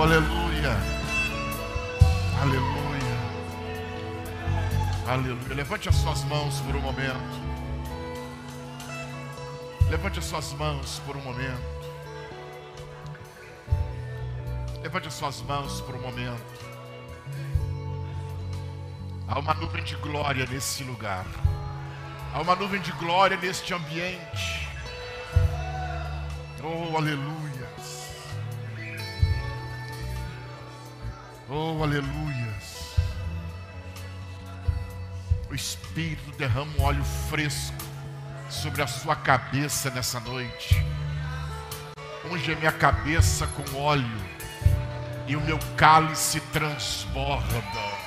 aleluia. Aleluia. Aleluia. Levante as suas mãos por um momento. Levante as suas mãos por um momento. Levante as suas mãos por um momento. Há uma nuvem de glória nesse lugar. Há uma nuvem de glória neste ambiente. Oh, aleluia. Oh, aleluia. O Espírito derrama um óleo fresco sobre a sua cabeça nessa noite. Unge a minha cabeça com óleo e o meu cálice transborda.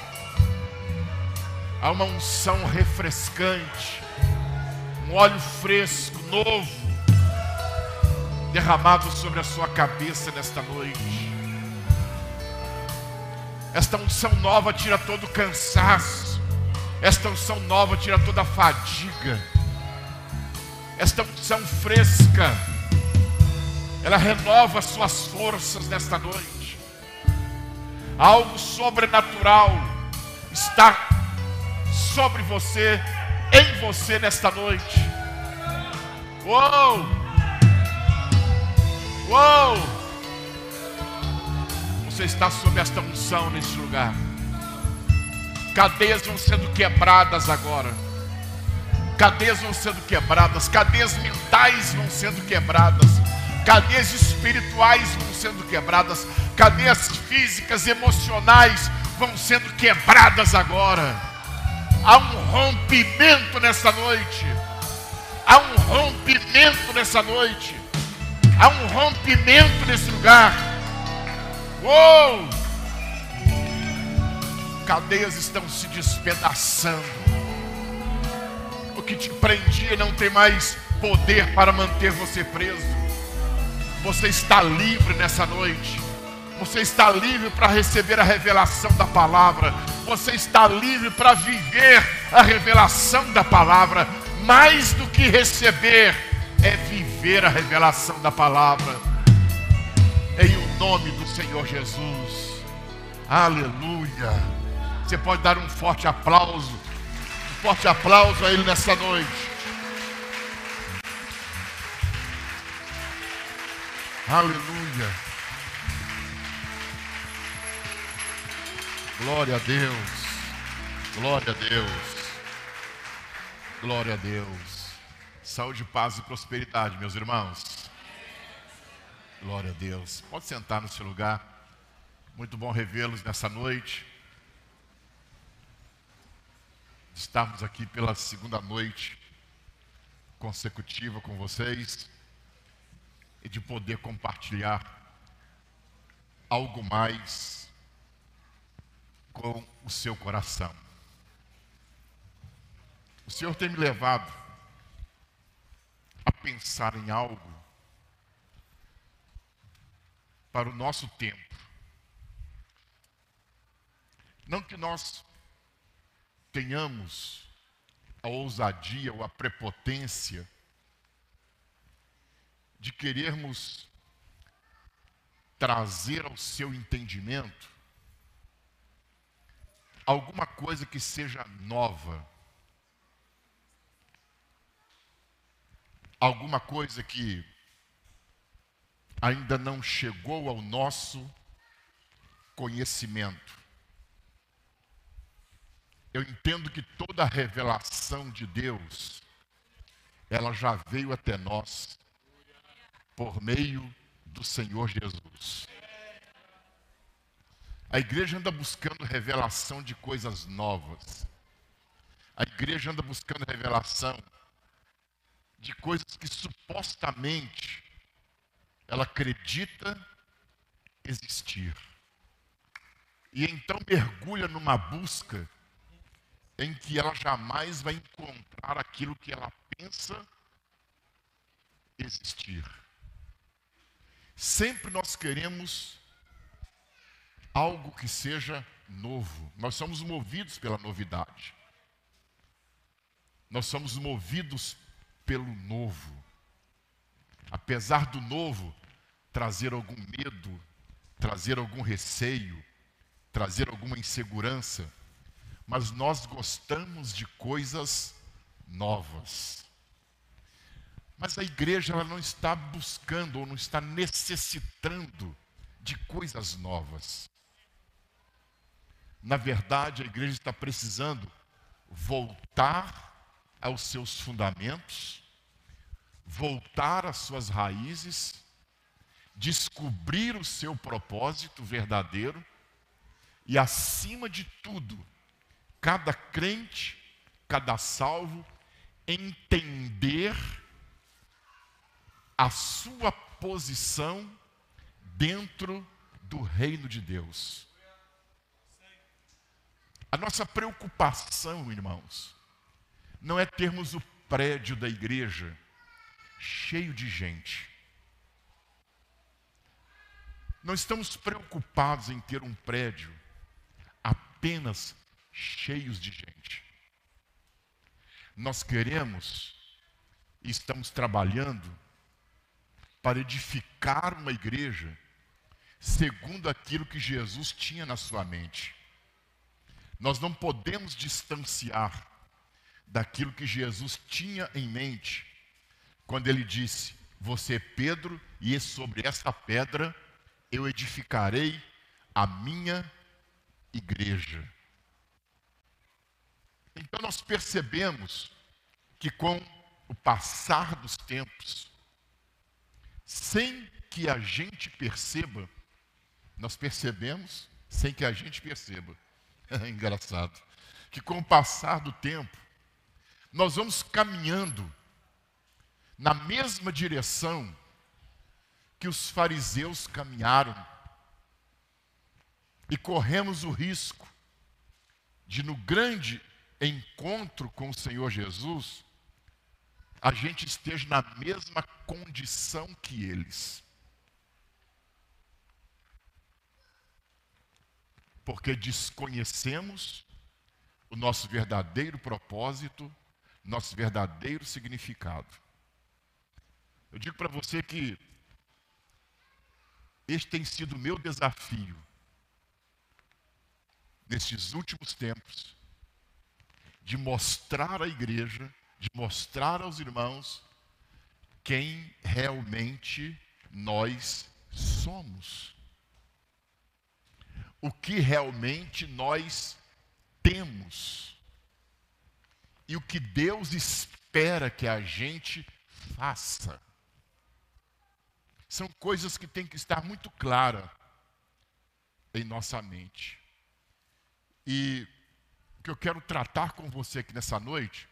Há uma unção refrescante, um óleo fresco, novo, derramado sobre a sua cabeça nesta noite. Esta unção nova tira todo o cansaço. Esta unção nova tira toda a fadiga. Esta unção fresca, ela renova as suas forças nesta noite. Algo sobrenatural está sobre você, em você nesta noite. Uou! Uou! Você está sob esta unção neste lugar. Cadeias vão sendo quebradas agora. Cadeias vão sendo quebradas. Cadeias mentais vão sendo quebradas. Cadeias espirituais vão sendo quebradas. Cadeias físicas, emocionais vão sendo quebradas agora. Há um rompimento nessa noite. Há um rompimento nessa noite. Há um rompimento nesse lugar. Uou! Cadeias estão se despedaçando. O que te prendia não tem mais poder para manter você preso. Você está livre nessa noite. Você está livre para receber a revelação da palavra. Você está livre para viver a revelação da palavra. Mais do que receber, é viver a revelação da palavra. Em o nome do Senhor Jesus. Aleluia. Você pode dar um forte aplauso. Um forte aplauso a Ele nessa noite. Aleluia. Glória a Deus. Glória a Deus. Glória a Deus. Saúde, paz e prosperidade, meus irmãos. Glória a Deus. Pode sentar no seu lugar. Muito bom revê-los nessa noite. Estamos aqui pela segunda noite consecutiva com vocês e de poder compartilhar algo mais com o seu coração. O Senhor tem me levado a pensar em algo para o nosso tempo. Não que nós tenhamos a ousadia ou a prepotência de querermos trazer ao seu entendimento alguma coisa que seja nova, alguma coisa que ainda não chegou ao nosso conhecimento. Eu entendo que toda a revelação de Deus, ela já veio até nós por meio do Senhor Jesus. A igreja anda buscando revelação de coisas novas. A igreja anda buscando revelação de coisas que supostamente ela acredita existir. E então mergulha numa busca em que ela jamais vai encontrar aquilo que ela pensa existir. Sempre nós queremos algo que seja novo. Nós somos movidos pela novidade. Nós somos movidos pelo novo. Apesar do novo trazer algum medo, trazer algum receio, trazer alguma insegurança, mas nós gostamos de coisas novas. Mas a igreja ela não está buscando ou não está necessitando de coisas novas. Na verdade, a igreja está precisando voltar aos seus fundamentos, voltar às suas raízes, descobrir o seu propósito verdadeiro e, acima de tudo, cada crente, cada salvo, entender a sua posição dentro do reino de Deus. A nossa preocupação, irmãos, não é termos o prédio da igreja cheio de gente. Não estamos preocupados em ter um prédio apenas cheios de gente. Nós queremos e estamos trabalhando para edificar uma igreja segundo aquilo que Jesus tinha na sua mente. Nós não podemos distanciar daquilo que Jesus tinha em mente quando ele disse: você é Pedro, e sobre essa pedra eu edificarei a minha igreja. Então nós percebemos que com o passar dos tempos, sem que a gente perceba, nós percebemos sem que a gente perceba. É engraçado. Que com o passar do tempo, nós vamos caminhando na mesma direção que os fariseus caminharam. E corremos o risco de, no grande encontro com o Senhor Jesus, a gente esteja na mesma condição que eles. Porque desconhecemos o nosso verdadeiro propósito, nosso verdadeiro significado. Eu digo para você que este tem sido o meu desafio nestes últimos tempos, de mostrar à igreja, de mostrar aos irmãos quem realmente nós somos. O que realmente nós temos. E o que Deus espera que a gente faça. São coisas que têm que estar muito claras em nossa mente. E o que eu quero tratar com você aqui nessa noite,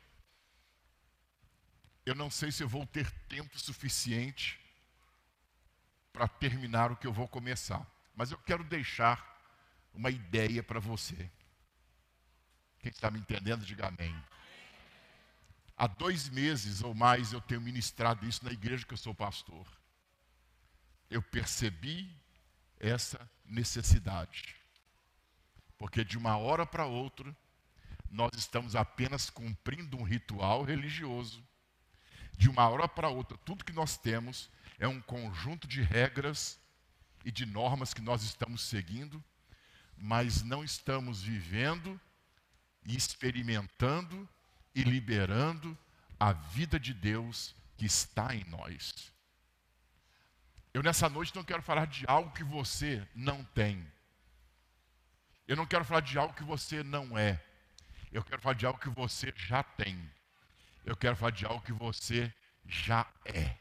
eu não sei se eu vou ter tempo suficiente para terminar o que eu vou começar. Mas eu quero deixar uma ideia para você. Quem está me entendendo, diga amém. Há 2 meses ou mais eu tenho ministrado isso na igreja que eu sou pastor. Eu percebi essa necessidade. Porque de uma hora para outra, nós estamos apenas cumprindo um ritual religioso. De uma hora para outra, tudo que nós temos é um conjunto de regras e de normas que nós estamos seguindo, mas não estamos vivendo e experimentando e liberando a vida de Deus que está em nós. Eu nessa noite não quero falar de algo que você não tem. Eu não quero falar de algo que você não é. Eu quero falar de algo que você já tem. Eu quero falar de algo que você já é.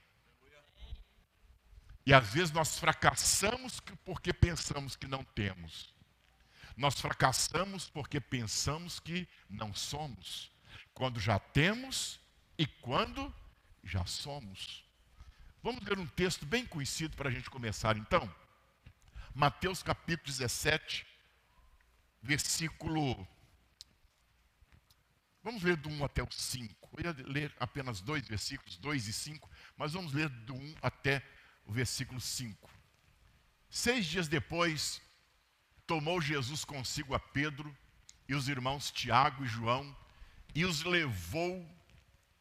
E às vezes nós fracassamos porque pensamos que não temos. Nós fracassamos porque pensamos que não somos. Quando já temos e quando já somos. Vamos ler um texto bem conhecido para a gente começar então. Mateus capítulo 17, versículo... Vamos ler do 1 até o 5. Eu ia ler apenas 2 versículos, 2 e 5, mas vamos ler do 1 até o versículo 5. 6 dias depois, tomou Jesus consigo a Pedro e os irmãos Tiago e João e os levou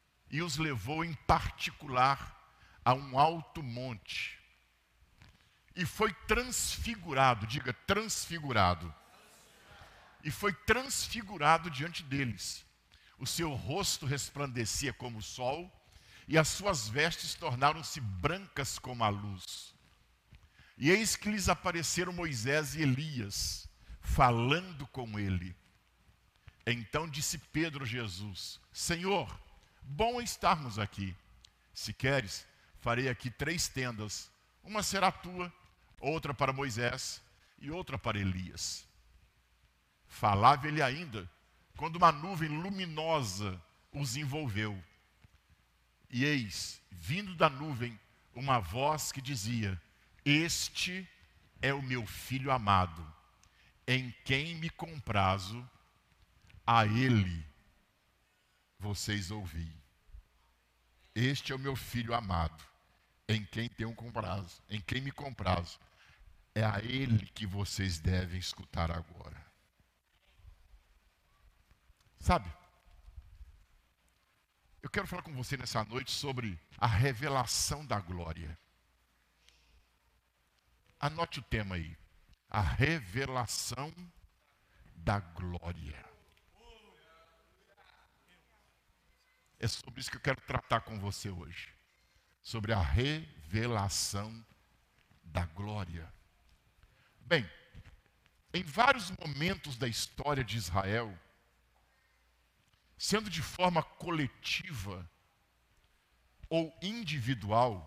em particular a um alto monte. e foi transfigurado, diga transfigurado, e foi transfigurado diante deles. O seu rosto resplandecia como o sol, e as suas vestes tornaram-se brancas como a luz. E eis que lhes apareceram Moisés e Elias, falando com ele. Então disse Pedro a Jesus: Senhor, bom estarmos aqui. Se queres, farei aqui 3 tendas. Uma será tua, outra para Moisés e outra para Elias. Falava ele ainda, quando uma nuvem luminosa os envolveu. E eis, vindo da nuvem, uma voz que dizia: Este é o meu filho amado, em quem me comprazo, a ele vocês ouvi. Este é o meu filho amado, em quem tenho comprazo, em quem me comprazo. É a ele que vocês devem escutar agora. Sabe, eu quero falar com você nessa noite sobre a revelação da glória. Anote o tema aí. A revelação da glória. É sobre isso que eu quero tratar com você hoje. Sobre a revelação da glória. Bem, em vários momentos da história de Israel, sendo de forma coletiva ou individual,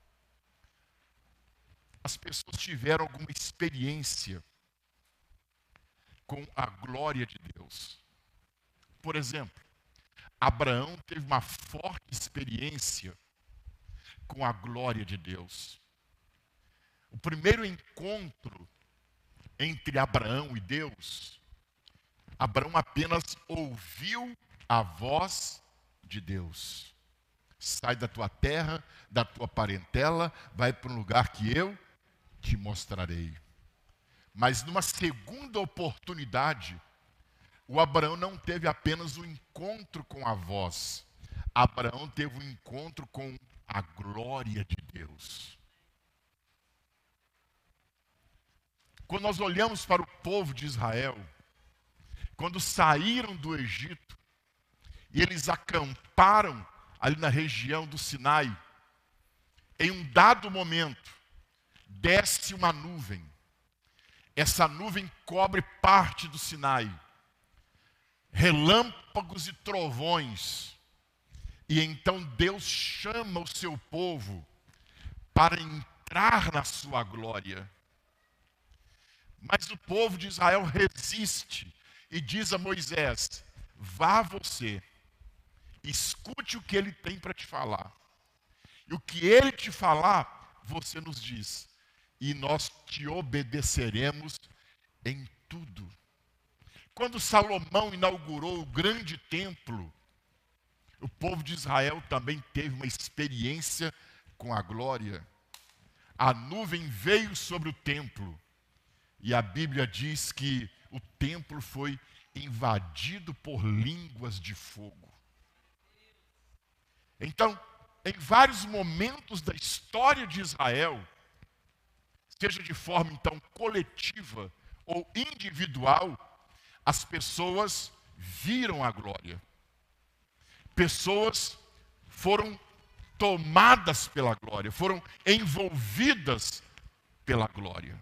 as pessoas tiveram alguma experiência com a glória de Deus. Por exemplo, Abraão teve uma forte experiência com a glória de Deus. O primeiro encontro entre Abraão e Deus, Abraão apenas ouviu a voz de Deus. Sai da tua terra, da tua parentela, vai para um lugar que eu te mostrarei. Mas numa segunda oportunidade, o Abraão não teve apenas um encontro com a voz. Abraão teve um encontro com a glória de Deus. Quando nós olhamos para o povo de Israel, quando saíram do Egito, e eles acamparam ali na região do Sinai, em um dado momento, desce uma nuvem. Essa nuvem cobre parte do Sinai. Relâmpagos e trovões. E então Deus chama o seu povo para entrar na sua glória. Mas o povo de Israel resiste e diz a Moisés: vá você, escute o que ele tem para te falar. E o que ele te falar, você nos diz. E nós te obedeceremos em tudo. Quando Salomão inaugurou o grande templo, o povo de Israel também teve uma experiência com a glória. A nuvem veio sobre o templo. E a Bíblia diz que o templo foi invadido por línguas de fogo. Então, em vários momentos da história de Israel, seja de forma então coletiva ou individual, as pessoas viram a glória. Pessoas foram tomadas pela glória, foram envolvidas pela glória.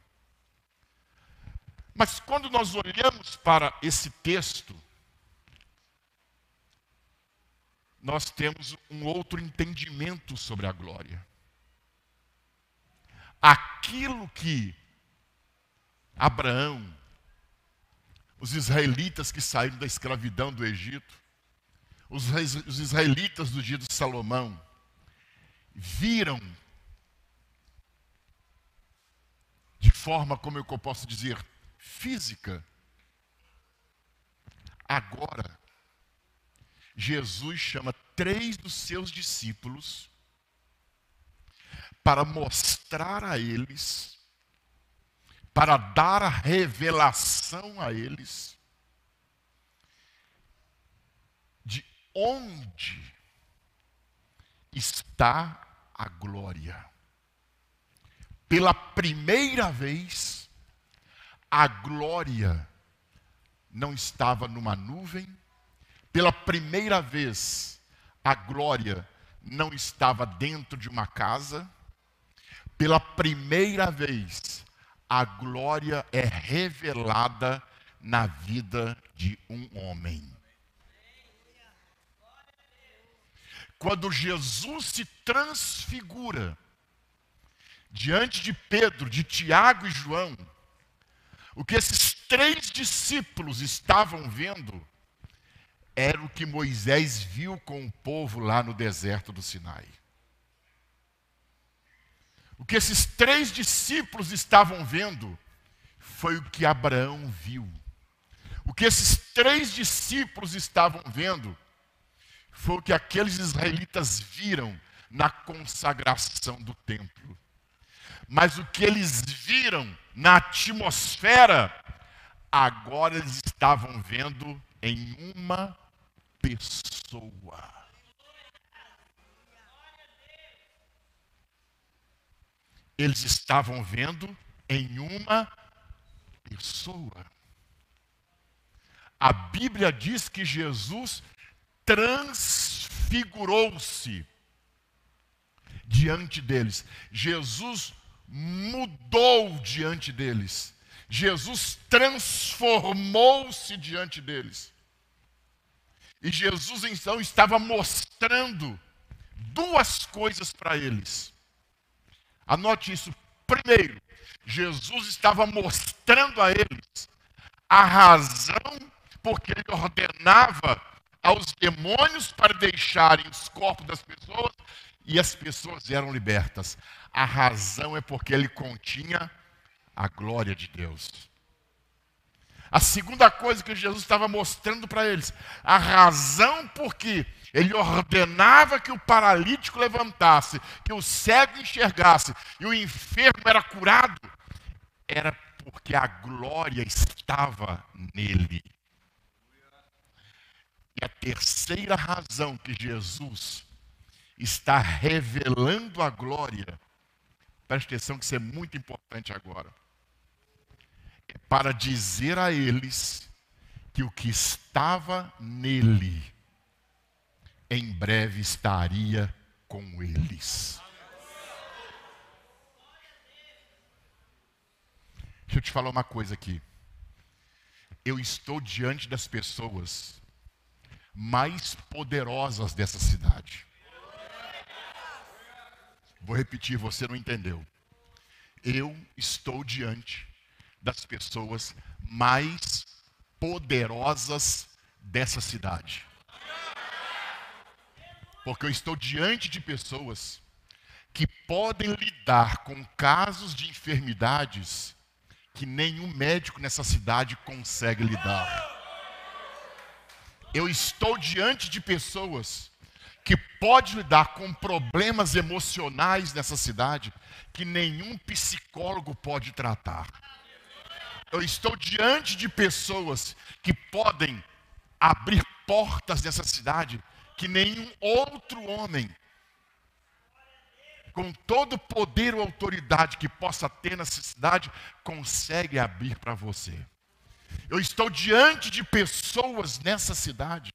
Mas quando nós olhamos para esse texto, nós temos um outro entendimento sobre a glória. Aquilo que Abraão, os israelitas que saíram da escravidão do Egito, os israelitas do dia de Salomão, viram de forma, como eu posso dizer, física. Agora, Jesus chama 3 dos seus discípulos para mostrar a eles, para dar a revelação a eles, de onde está a glória. Pela primeira vez, a glória não estava numa nuvem. Pela primeira vez, a glória não estava dentro de uma casa. Pela primeira vez, a glória é revelada na vida de um homem. Quando Jesus se transfigura diante de Pedro, de Tiago e João, o que esses 3 discípulos estavam vendo era o que Moisés viu com o povo lá no deserto do Sinai. O que esses 3 discípulos estavam vendo foi o que Abraão viu. O que esses 3 discípulos estavam vendo foi o que aqueles israelitas viram na consagração do templo. Mas o que eles viram na atmosfera, agora eles estavam vendo em uma pessoa. Eles estavam vendo em uma pessoa. A Bíblia diz que Jesus transfigurou-se diante deles. Jesus mudou diante deles. Jesus transformou-se diante deles. E Jesus então estava mostrando 2 coisas para eles. Anote isso. Primeiro, Jesus estava mostrando a eles a razão porque ele ordenava aos demônios para deixarem os corpos das pessoas e as pessoas eram libertas. A razão é porque ele continha a glória de Deus. A segunda coisa que Jesus estava mostrando para eles, a razão porque ele ordenava que o paralítico levantasse, que o cego enxergasse e o enfermo era curado, era porque a glória estava nele. E a terceira razão que Jesus está revelando a glória, preste atenção que isso é muito importante agora, é para dizer a eles que o que estava nele, em breve estaria com eles. Deixa eu te falar uma coisa aqui. Eu estou diante das pessoas mais poderosas dessa cidade. Vou repetir, você não entendeu. Eu estou diante das pessoas mais poderosas dessa cidade. Porque eu estou diante de pessoas que podem lidar com casos de enfermidades que nenhum médico nessa cidade consegue lidar. Eu estou diante de pessoas que podem lidar com problemas emocionais nessa cidade que nenhum psicólogo pode tratar. Eu estou diante de pessoas que podem abrir portas nessa cidade que nenhum outro homem, com todo o poder ou autoridade que possa ter nessa cidade, consegue abrir para você. Eu estou diante de pessoas nessa cidade,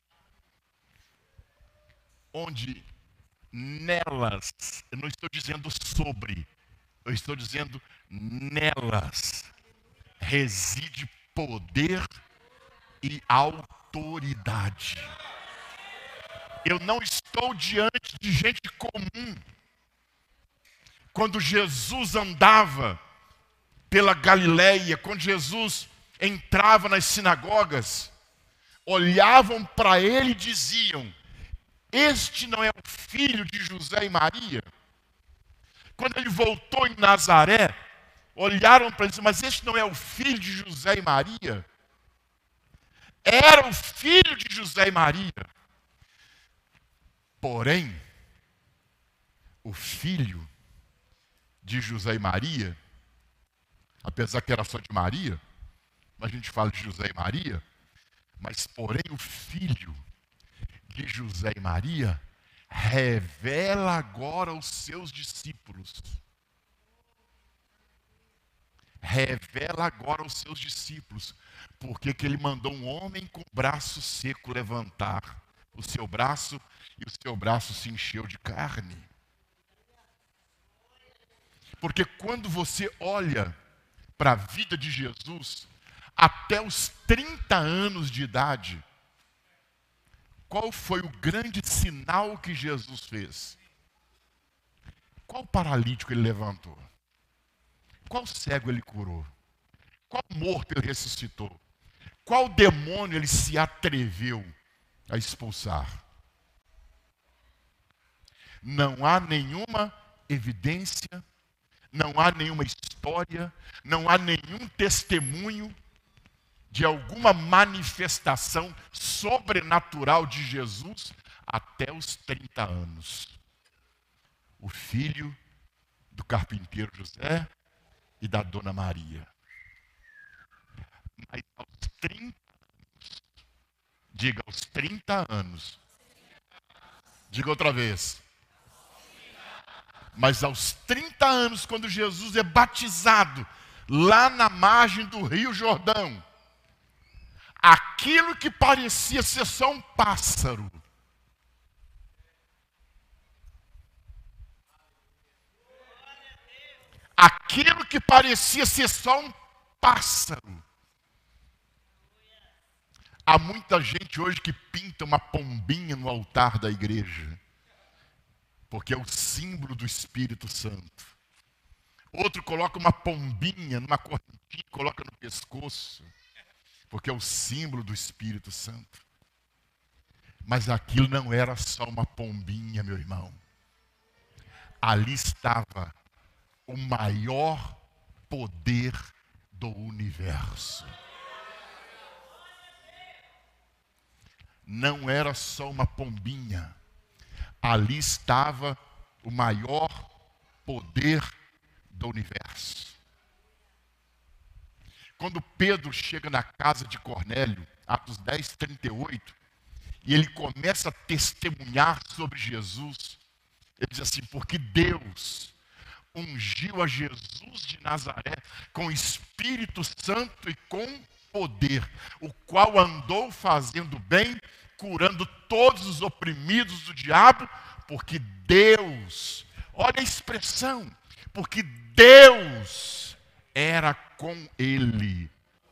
onde nelas, eu não estou dizendo sobre, eu estou dizendo nelas, reside poder e autoridade. Eu não estou diante de gente comum. Quando Jesus andava pela Galileia, quando Jesus entrava nas sinagogas, olhavam para ele e diziam: este não é o filho de José e Maria? Quando ele voltou em Nazaré, olharam para ele e disseram: mas este não é o filho de José e Maria? Era o filho de José e Maria. Porém, o filho de José e Maria, apesar que era só de Maria, mas a gente fala de José e Maria, mas porém o filho de José e Maria revela agora aos seus discípulos revela agora aos seus discípulos porque que ele mandou um homem com o braço seco levantar o seu braço e o seu braço se encheu de carne. Porque quando você olha para a vida de Jesus, até os 30 anos de idade, qual foi o grande sinal que Jesus fez? Qual paralítico ele levantou? Qual cego ele curou? Qual morto ele ressuscitou? Qual demônio ele se atreveu a expulsar? Não há nenhuma evidência, não há nenhuma história, não há nenhum testemunho de alguma manifestação sobrenatural de Jesus até os 30 anos. O filho do carpinteiro José e da dona Maria. Mas aos 30, diga aos 30 anos. Diga outra vez. Mas aos 30 anos, quando Jesus é batizado, lá na margem do Rio Jordão, aquilo que parecia ser só um pássaro, aquilo que parecia ser só um pássaro. Há muita gente hoje que pinta uma pombinha no altar da igreja, porque é o símbolo do Espírito Santo. Outro coloca uma pombinha numa correntinha e coloca no pescoço, porque é o símbolo do Espírito Santo. Mas aquilo não era só uma pombinha, meu irmão. Ali estava o maior poder do universo. Não era só uma pombinha. Ali estava o maior poder do universo. Quando Pedro chega na casa de Cornélio, Atos 10, 38, e ele começa a testemunhar sobre Jesus, ele diz assim: porque Deus ungiu a Jesus de Nazaré com Espírito Santo e com poder, o qual andou fazendo bem, curando todos os oprimidos do diabo, porque Deus, olha a expressão, porque Deus era com ele.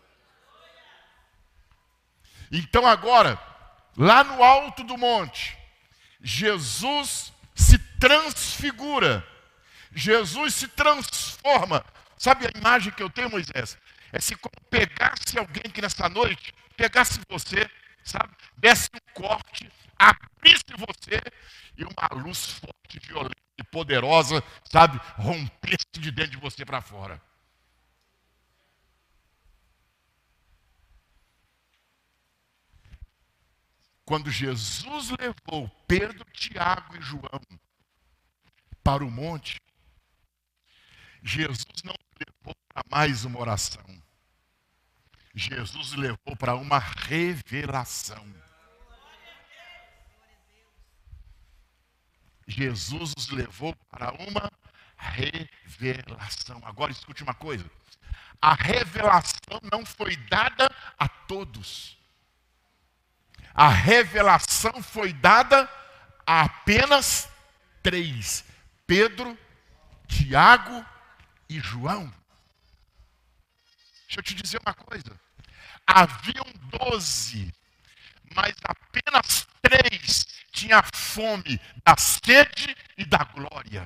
Então agora, lá no alto do monte, Jesus se transfigura, Jesus se transforma. Sabe a imagem que eu tenho, Moisés? É se pegasse alguém que nessa noite, pegasse você, sabe? Desse um corte, abrisse você e uma luz forte, violenta e poderosa, sabe? Rompesse de dentro de você para fora. Quando Jesus levou Pedro, Tiago e João para o monte, Jesus não levou para mais uma oração. Jesus levou para uma revelação. Jesus os levou para uma revelação. Agora escute uma coisa. A revelação não foi dada a todos. A revelação foi dada a apenas 3. Pedro, Tiago e João. Deixa eu te dizer uma coisa. Haviam 12, mas apenas 3 tinham fome da sede e da glória.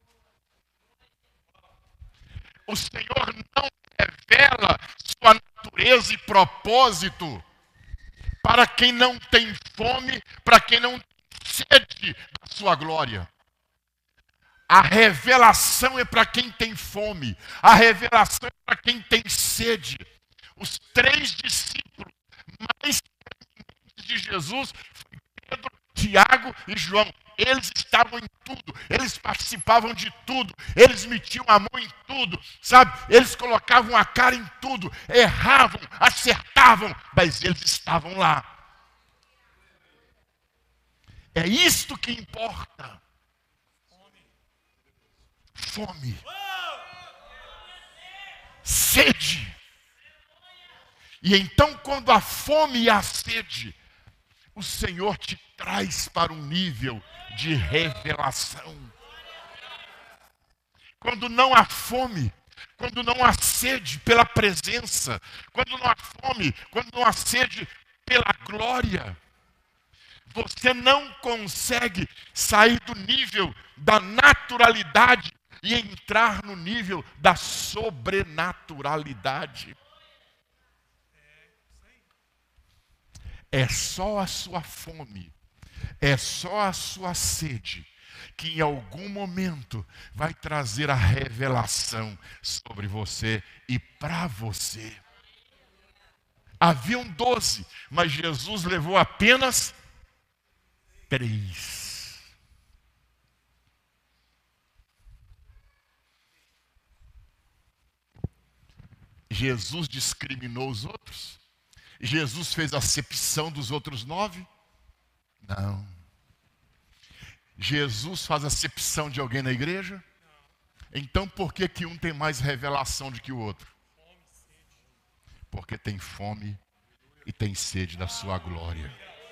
O Senhor não revela sua natureza e propósito para quem não tem fome, para quem não tem sede da sua glória. A revelação é para quem tem fome. A revelação é para quem tem sede. Os 3 discípulos mais proeminentes de Jesus foram Pedro, Tiago e João. Eles estavam em tudo. Eles participavam de tudo. Eles metiam a mão em tudo. Sabe? Eles colocavam a cara em tudo. Erravam, acertavam, mas eles estavam lá. É isto que importa. Fome, sede. E então, quando a fome e a sede, o Senhor te traz para um nível de revelação. Quando não há fome, quando não há sede pela presença, quando não há fome, quando não há sede pela glória, você não consegue sair do nível da naturalidade e entrar no nível da sobrenaturalidade. É só a sua fome, é só a sua sede que em algum momento vai trazer a revelação sobre você e para você. Haviam 12, mas Jesus levou apenas 3. Jesus discriminou os outros? Jesus fez acepção dos outros 9? Não. Jesus faz acepção de alguém na igreja? Então por que que um tem mais revelação do que o outro? Porque tem fome e tem sede da sua glória.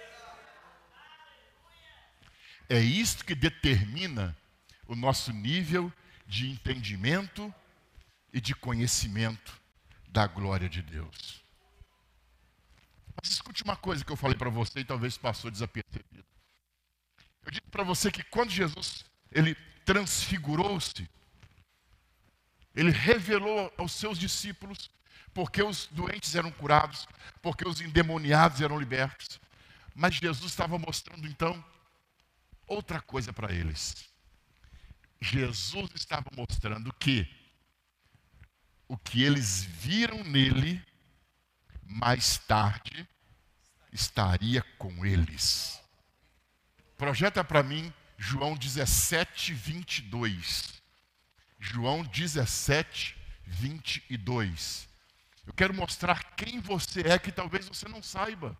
É isto que determina o nosso nível de entendimento e de conhecimento da glória de Deus. Mas escute uma coisa que eu falei para você e talvez passou desapercebido. Eu digo para você que quando Jesus, ele transfigurou-se, ele revelou aos seus discípulos porque os doentes eram curados, porque os endemoniados eram libertos. Mas Jesus estava mostrando então outra coisa para eles. Jesus estava mostrando que o que eles viram nele, mais tarde, estaria com eles. Projeta para mim João 17, 22. João 17, 22. Eu quero mostrar quem você é que talvez você não saiba.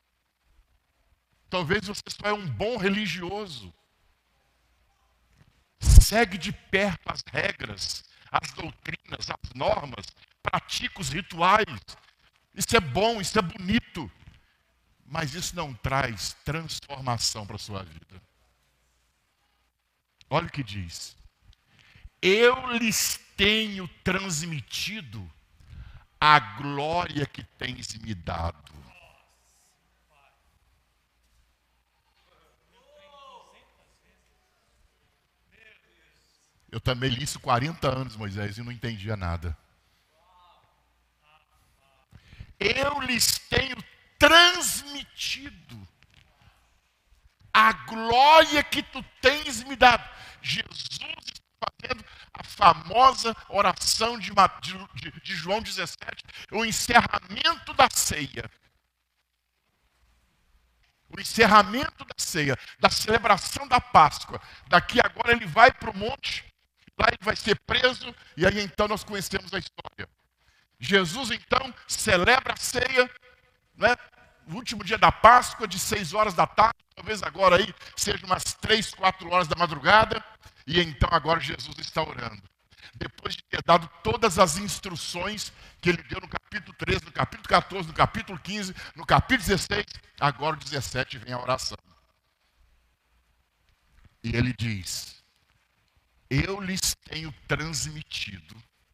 Talvez você só é um bom religioso. Segue de perto as regras, as doutrinas, as normas, pratica os rituais. Isso é bom, isso é bonito. Mas isso não traz transformação para a sua vida. Olha o que diz. Eu lhes tenho transmitido a glória que tens me dado. Eu também li isso 40 anos, Moisés, e não entendia nada. Eu lhes tenho transmitido a glória que tu tens me dado. Jesus está fazendo a famosa oração de João 17, o encerramento da ceia. O encerramento da ceia, da celebração da Páscoa. Daqui agora ele vai para o monte, lá ele vai ser preso, e aí então nós conhecemos a história. Jesus então celebra a ceia, né? No último dia da Páscoa, de 6 horas da tarde, talvez agora aí seja umas 3, 4 horas da madrugada, e então agora Jesus está orando. Depois de ter dado todas as instruções que ele deu no capítulo 13, no capítulo 14, no capítulo 15, no capítulo 16, agora o 17 vem a oração. E ele diz, eu lhes tenho transmitido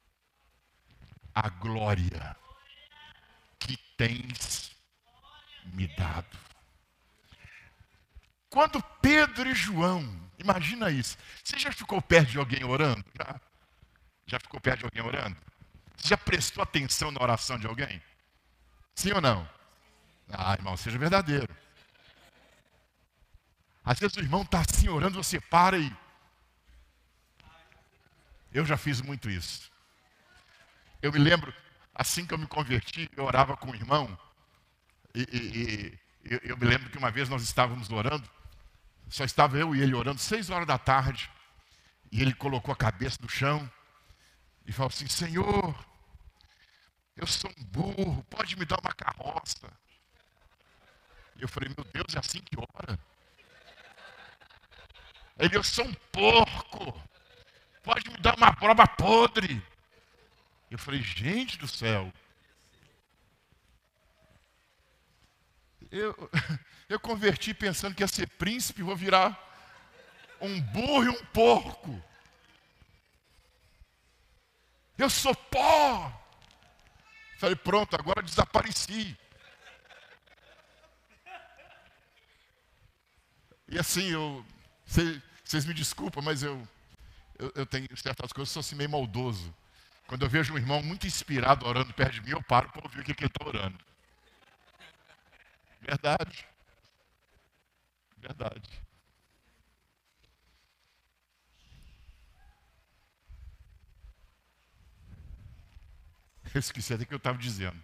a glória que tens me dado. Quando Pedro e João, imagina isso, você já ficou perto de alguém orando? Já ficou perto de alguém orando? Você já prestou atenção na oração de alguém? Sim ou não? Ah, irmão, seja verdadeiro. Às vezes o irmão está assim orando, você para e... Eu já fiz muito isso. Eu me lembro, assim que eu me converti, eu orava com o irmão. Eu me lembro que uma vez nós estávamos orando, só estava eu e ele orando, 6 horas da tarde. E ele colocou a cabeça no chão e falou assim, Senhor, eu sou um burro, pode me dar uma carroça? Eu falei, meu Deus, é assim que ora? Eu sou um porco, pode me dar uma prova podre? Eu falei, gente do céu. Eu, eu converti pensando que ia ser príncipe, vou virar um burro e um porco. Eu sou pó. Falei, pronto, agora desapareci. E assim, vocês me desculpam, mas eu tenho certas coisas, eu sou assim meio maldoso. Quando eu vejo um irmão muito inspirado orando perto de mim, eu paro para ouvir o que ele está orando. Verdade. Verdade. Eu esqueci até o que eu estava dizendo.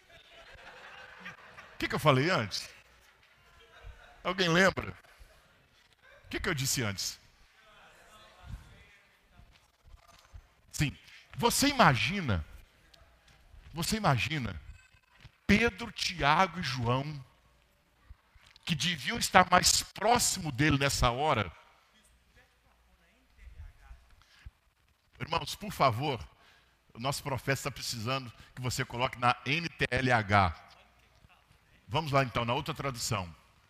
O que eu falei antes? Alguém lembra? O que eu disse antes? Sim. Você imagina Pedro, Tiago e João, que deviam estar mais próximo dele nessa hora. Irmãos, por favor, o nosso profeta está precisando que você coloque na NTLH. Vamos lá então, na outra tradução.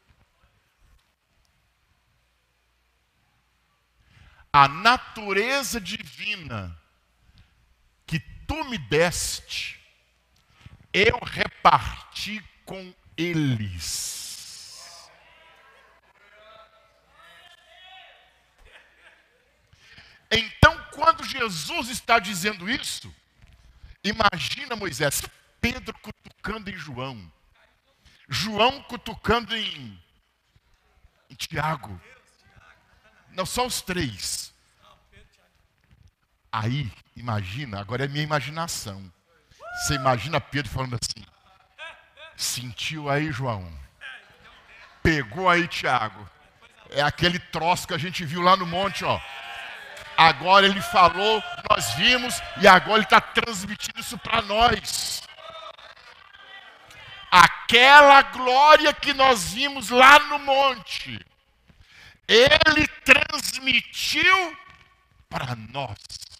A natureza divina que tu me deste, eu reparti com eles. Então, quando Jesus está dizendo isso, imagina Moisés, Pedro cutucando em João, João cutucando em Tiago. Não, só os três. Aí, imagina, agora é minha imaginação. Você imagina Pedro falando assim, sentiu aí, João? Pegou aí, Tiago? É aquele troço que a gente viu lá no monte, ó. Agora ele falou, nós vimos, e agora ele está transmitindo isso para nós. Aquela glória que nós vimos lá no monte, ele transmitiu para nós.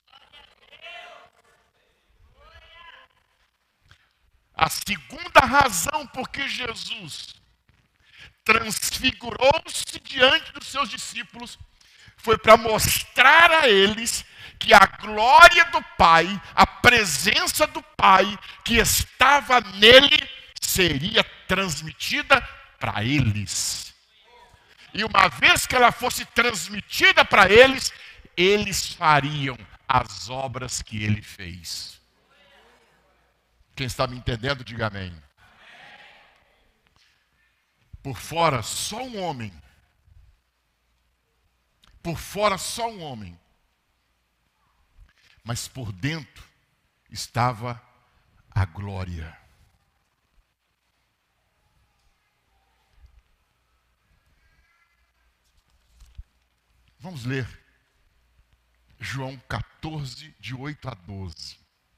A segunda razão por que Jesus transfigurou-se diante dos seus discípulos foi para mostrar a eles que a glória do Pai, a presença do Pai que estava nele, seria transmitida para eles. E uma vez que ela fosse transmitida para eles, eles fariam as obras que ele fez. Quem está me entendendo, diga amém. Por fora, só um homem. Por fora, só um homem. Mas por dentro estava a glória. Vamos ler João 14, de 8 a 12.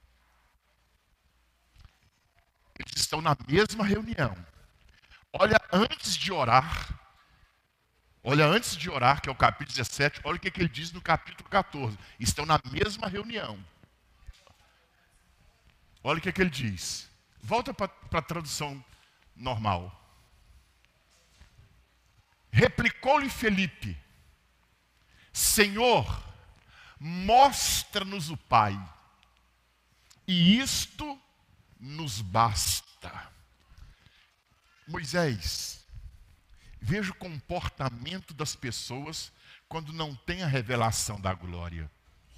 Eles estão na mesma reunião. Olha antes de orar, que é o capítulo 17, olha o que ele diz no capítulo 14. Estão na mesma reunião. Olha o que ele diz. Volta para a tradução normal. Replicou-lhe Felipe: Senhor, mostra-nos o Pai, e isto nos basta. Moisés, veja o comportamento das pessoas quando não tem a revelação da glória.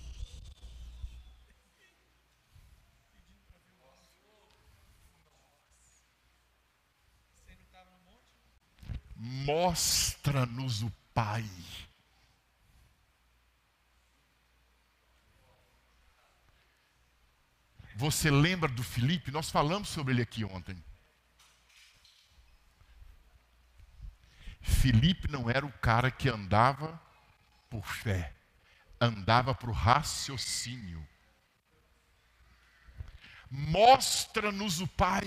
Mostra-nos o Pai. Você lembra do Filipe? Nós falamos sobre ele aqui ontem. Filipe não era o cara que andava por fé, andava por raciocínio. Mostra-nos o Pai.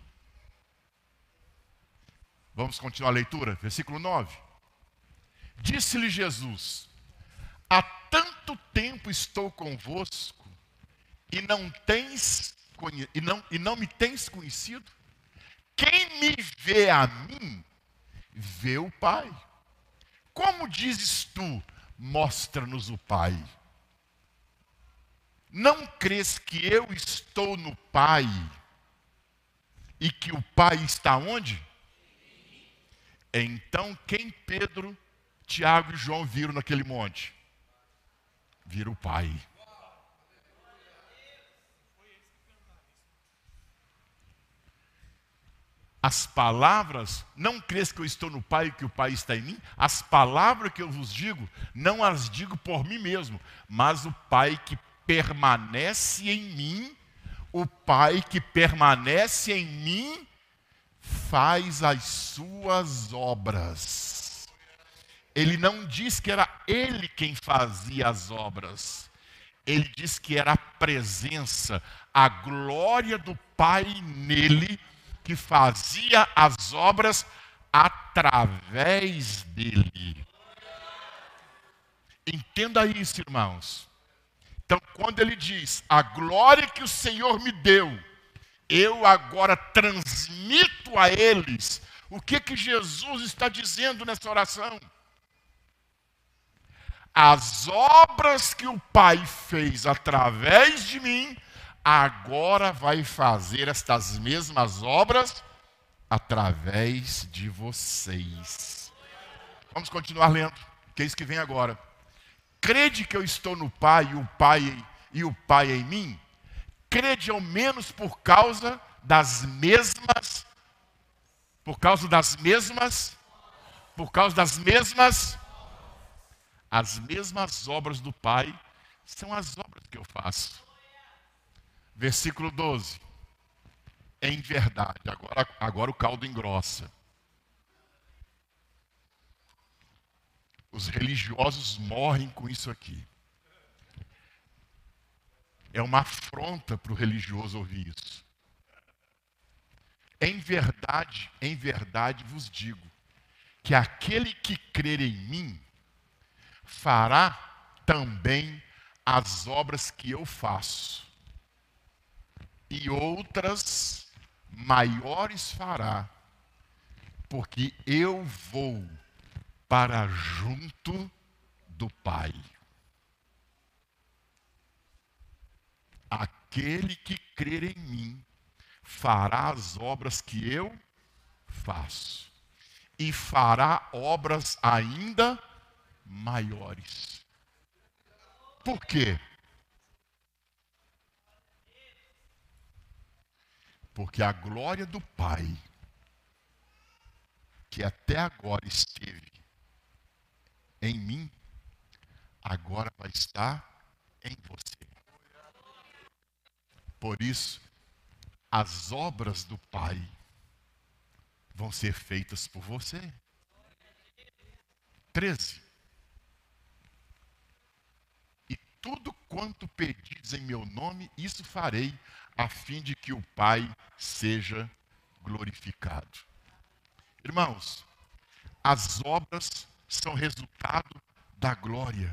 Vamos continuar a leitura, versículo 9. Disse-lhe Jesus: há tanto tempo estou convosco, e não me tens conhecido? Quem me vê a mim, vê o Pai. Como dizes tu, mostra-nos o Pai? Não crês que eu estou no Pai e que o Pai está onde? Então quem Pedro, Tiago e João viram naquele monte? Viram o Pai. As palavras, não crês que eu estou no Pai e que o Pai está em mim? As palavras que eu vos digo, não as digo por mim mesmo, mas o Pai que permanece em mim, o Pai que permanece em mim, faz as suas obras. Ele não diz que era ele quem fazia as obras. Ele diz que era a presença, a glória do Pai nele, que fazia as obras através dele. Entenda isso, irmãos. Então, quando ele diz, a glória que o Senhor me deu, eu agora transmito a eles. O que Jesus está dizendo nessa oração? As obras que o Pai fez através de mim, agora vai fazer estas mesmas obras através de vocês. Vamos continuar lendo, que é isso que vem agora. Crede que eu estou no Pai e o Pai em mim? Crede ao menos por causa das mesmas, as mesmas obras do Pai são as obras que eu faço. Versículo 12. Em verdade, agora o caldo engrossa. Os religiosos morrem com isso aqui. É uma afronta para o religioso ouvir isso. Em verdade vos digo, que aquele que crer em mim, fará também as obras que eu faço. E outras maiores fará, porque eu vou para junto do Pai. Aquele que crer em mim fará as obras que eu faço, e fará obras ainda maiores. Por quê? Porque a glória do Pai, que até agora esteve em mim, agora vai estar em você. Por isso, as obras do Pai vão ser feitas por você. 13. E tudo quanto pedis em meu nome, isso farei, a fim de que o Pai seja glorificado. Irmãos, as obras são resultado da glória.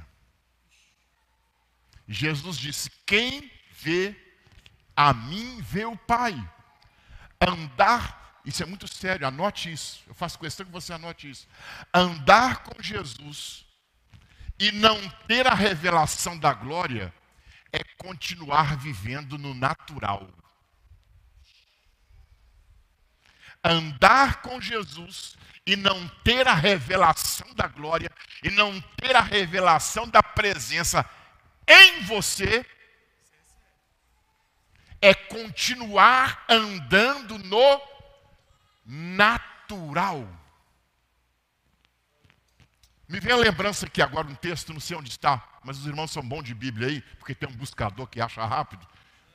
Jesus disse, quem vê a mim, vê o Pai. Andar, isso é muito sério, anote isso. Eu faço questão que você anote isso. Andar com Jesus e não ter a revelação da glória é continuar vivendo no natural. Andar com Jesus e não ter a revelação da glória e não ter a revelação da presença em você é continuar andando no natural. Me vem a lembrança aqui agora um texto, não sei onde está, mas os irmãos são bons de Bíblia aí, porque tem um buscador que acha rápido.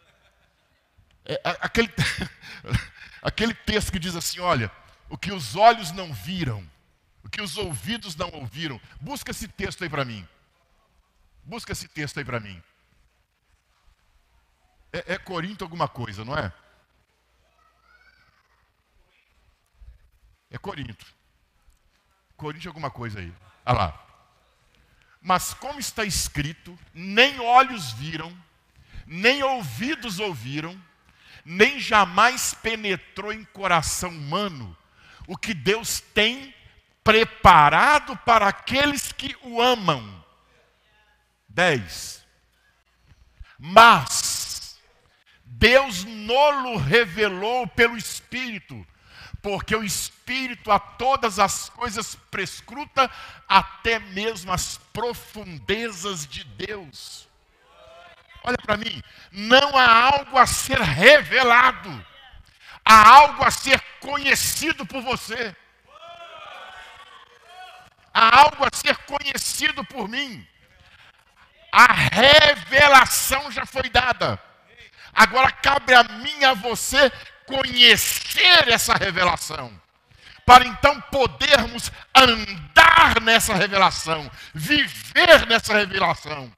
Aquele texto que diz assim, olha, o que os olhos não viram, o que os ouvidos não ouviram. Busca esse texto aí para mim. Busca esse texto aí para mim. É Corinto alguma coisa, não é? É Corinto. Corinto alguma coisa aí. Olha lá. Mas como está escrito, nem olhos viram, nem ouvidos ouviram, nem jamais penetrou em coração humano o que Deus tem preparado para aqueles que o amam. 10. Mas Deus nolo revelou pelo Espírito, porque o Espírito a todas as coisas prescruta, até mesmo as profundezas de Deus. Olha para mim, não há algo a ser revelado, há algo a ser conhecido por você. Há algo a ser conhecido por mim. A revelação já foi dada. Agora cabe a mim e a você conhecer essa revelação, para então podermos andar nessa revelação, viver nessa revelação.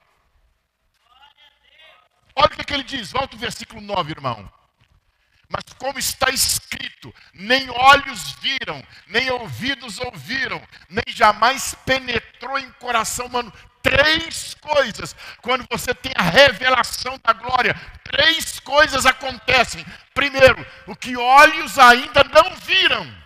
Olha o que ele diz, volta o versículo 9, irmão. Mas como está escrito, nem olhos viram, nem ouvidos ouviram, nem jamais penetrou em coração humano. 3 coisas, quando você tem a revelação da glória, 3 coisas acontecem. Primeiro, o que olhos ainda não viram.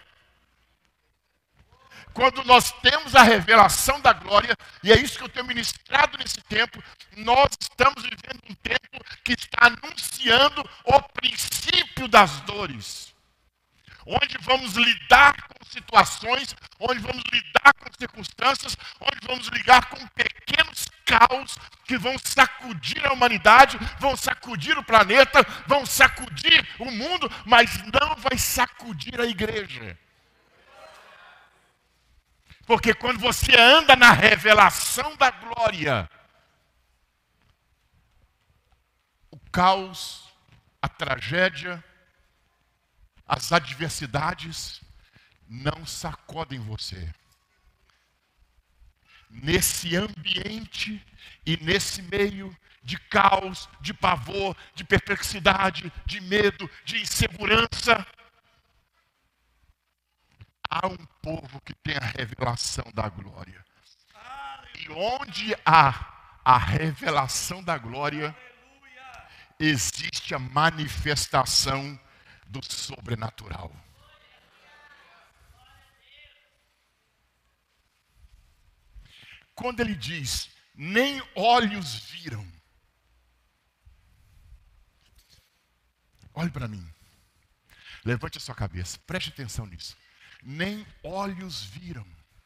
Quando nós temos a revelação da glória, e é isso que eu tenho ministrado nesse tempo, nós estamos vivendo um tempo que está anunciando o princípio das dores. Onde vamos lidar com situações, onde vamos lidar com circunstâncias, onde vamos lidar com pequenos caos que vão sacudir a humanidade, vão sacudir o planeta, vão sacudir o mundo, mas não vai sacudir a igreja. Porque quando você anda na revelação da glória, o caos, a tragédia, as adversidades não sacodem você. Nesse ambiente e nesse meio de caos, de pavor, de perplexidade, de medo, de insegurança, há um povo que tem a revelação da glória. E onde há a revelação da glória, existe a manifestação do sobrenatural. Quando ele diz, nem olhos viram. Olhe para mim. Levante a sua cabeça, preste atenção nisso. Nem olhos viram.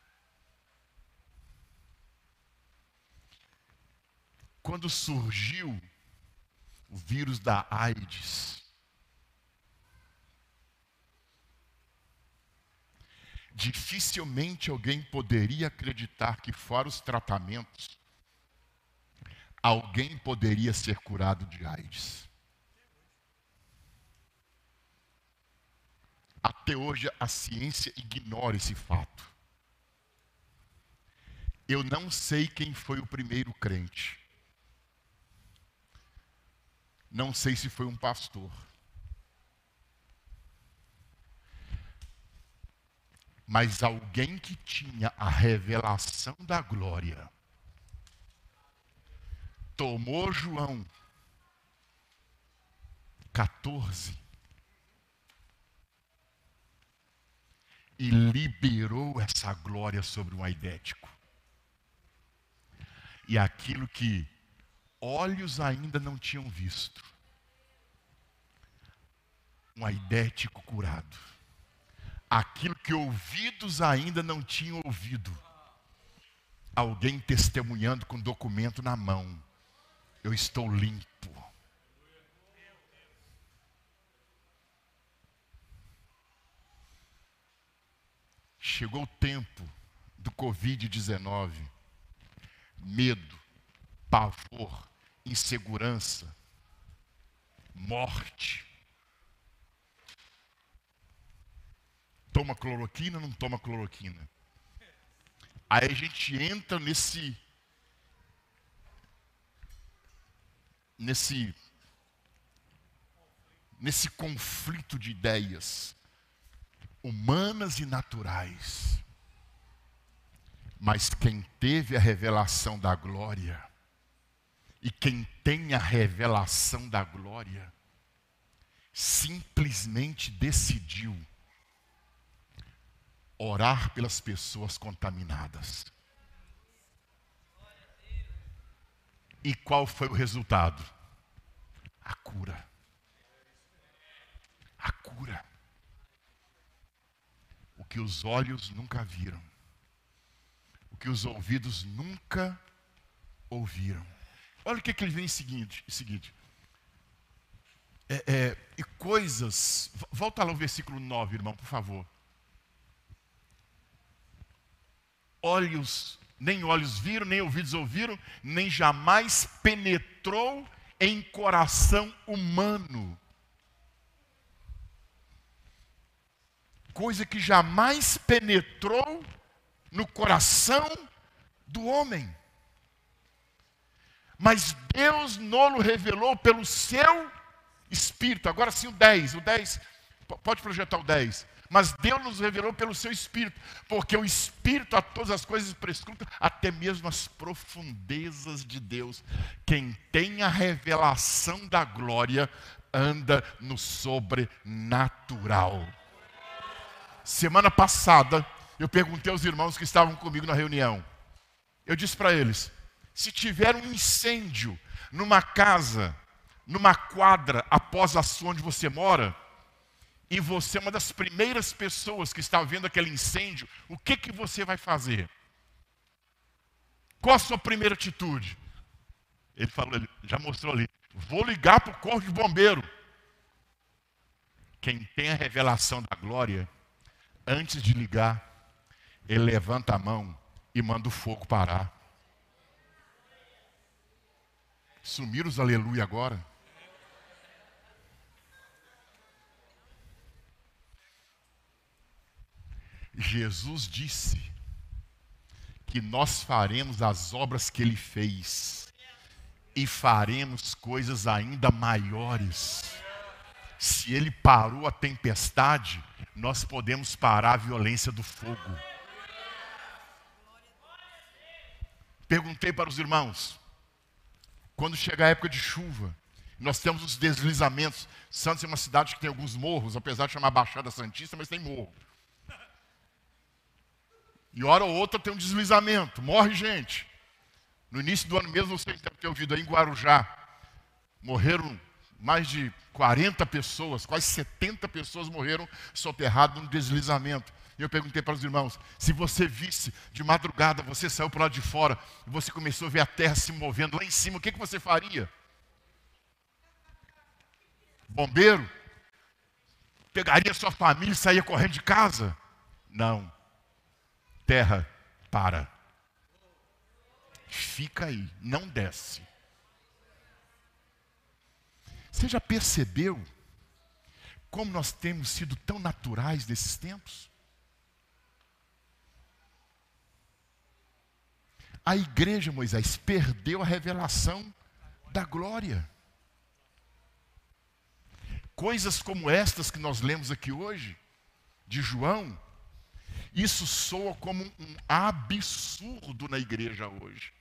Quando surgiu o vírus da AIDS, dificilmente alguém poderia acreditar que, fora os tratamentos, alguém poderia ser curado de AIDS. Até hoje a ciência ignora esse fato. Eu não sei quem foi o primeiro crente. Não sei se foi um pastor. Mas alguém que tinha a revelação da glória tomou João 14 e liberou essa glória sobre um aidético. E aquilo que olhos ainda não tinham visto, um aidético curado. Aquilo que ouvidos ainda não tinham ouvido, alguém testemunhando com documento na mão: eu estou limpo. Chegou o tempo do Covid-19, medo, pavor, insegurança, morte. Toma cloroquina ou não toma cloroquina? Aí a gente entra nesse conflito de ideias humanas e naturais. Mas quem teve a revelação da glória E quem tem a revelação da glória, simplesmente decidiu orar pelas pessoas contaminadas. E qual foi o resultado? A cura. A cura. O que os olhos nunca viram. O que os ouvidos nunca ouviram. Olha o que ele vem em seguinte. E coisas... Volta lá ao versículo 9, irmão, por favor. Nem olhos viram, nem ouvidos ouviram, nem jamais penetrou em coração humano. Coisa que jamais penetrou no coração do homem. Mas Deus nos revelou pelo seu Espírito. Agora sim o 10, pode projetar o 10. Mas Deus nos revelou pelo seu Espírito, porque o Espírito a todas as coisas prescruta, até mesmo as profundezas de Deus. Quem tem a revelação da glória, anda no sobrenatural. Semana passada, eu perguntei aos irmãos que estavam comigo na reunião. Eu disse para eles, se tiver um incêndio numa casa, numa quadra após a sua onde você mora, e você é uma das primeiras pessoas que está vendo aquele incêndio, o que você vai fazer? Qual a sua primeira atitude? Ele falou, ele já mostrou ali, vou ligar para o corpo de bombeiro. Quem tem a revelação da glória, antes de ligar, ele levanta a mão e manda o fogo parar. Sumiram os aleluia agora? Jesus disse que nós faremos as obras que Ele fez e faremos coisas ainda maiores. Se Ele parou a tempestade, nós podemos parar a violência do fogo. Perguntei para os irmãos, quando chegar a época de chuva, nós temos os deslizamentos. Santos é uma cidade que tem alguns morros, apesar de chamar Baixada Santista, mas tem morro. E hora ou outra tem um deslizamento, morre gente. No início do ano mesmo, vocês devem ter ouvido aí em Guarujá, morreram mais de 40 pessoas, quase 70 pessoas morreram soterradas num deslizamento. E eu perguntei para os irmãos, se você visse de madrugada, você saiu para lá de fora, e você começou a ver a terra se movendo lá em cima, o que você faria? Bombeiro? Pegaria sua família e saía correndo de casa? Não. Terra, para. Fica aí, não desce. Você já percebeu como nós temos sido tão naturais nesses tempos? A igreja, Moisés, perdeu a revelação da glória. Coisas como estas que nós lemos aqui hoje, de João, isso soa como um absurdo na igreja hoje.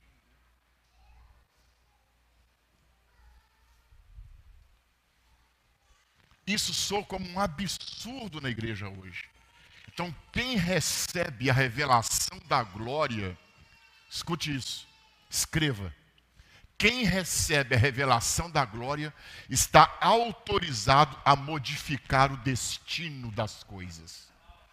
Isso soa como um absurdo na igreja hoje. Então, quem recebe a revelação da glória, escute isso, escreva. Quem recebe a revelação da glória está autorizado a modificar o destino das coisas.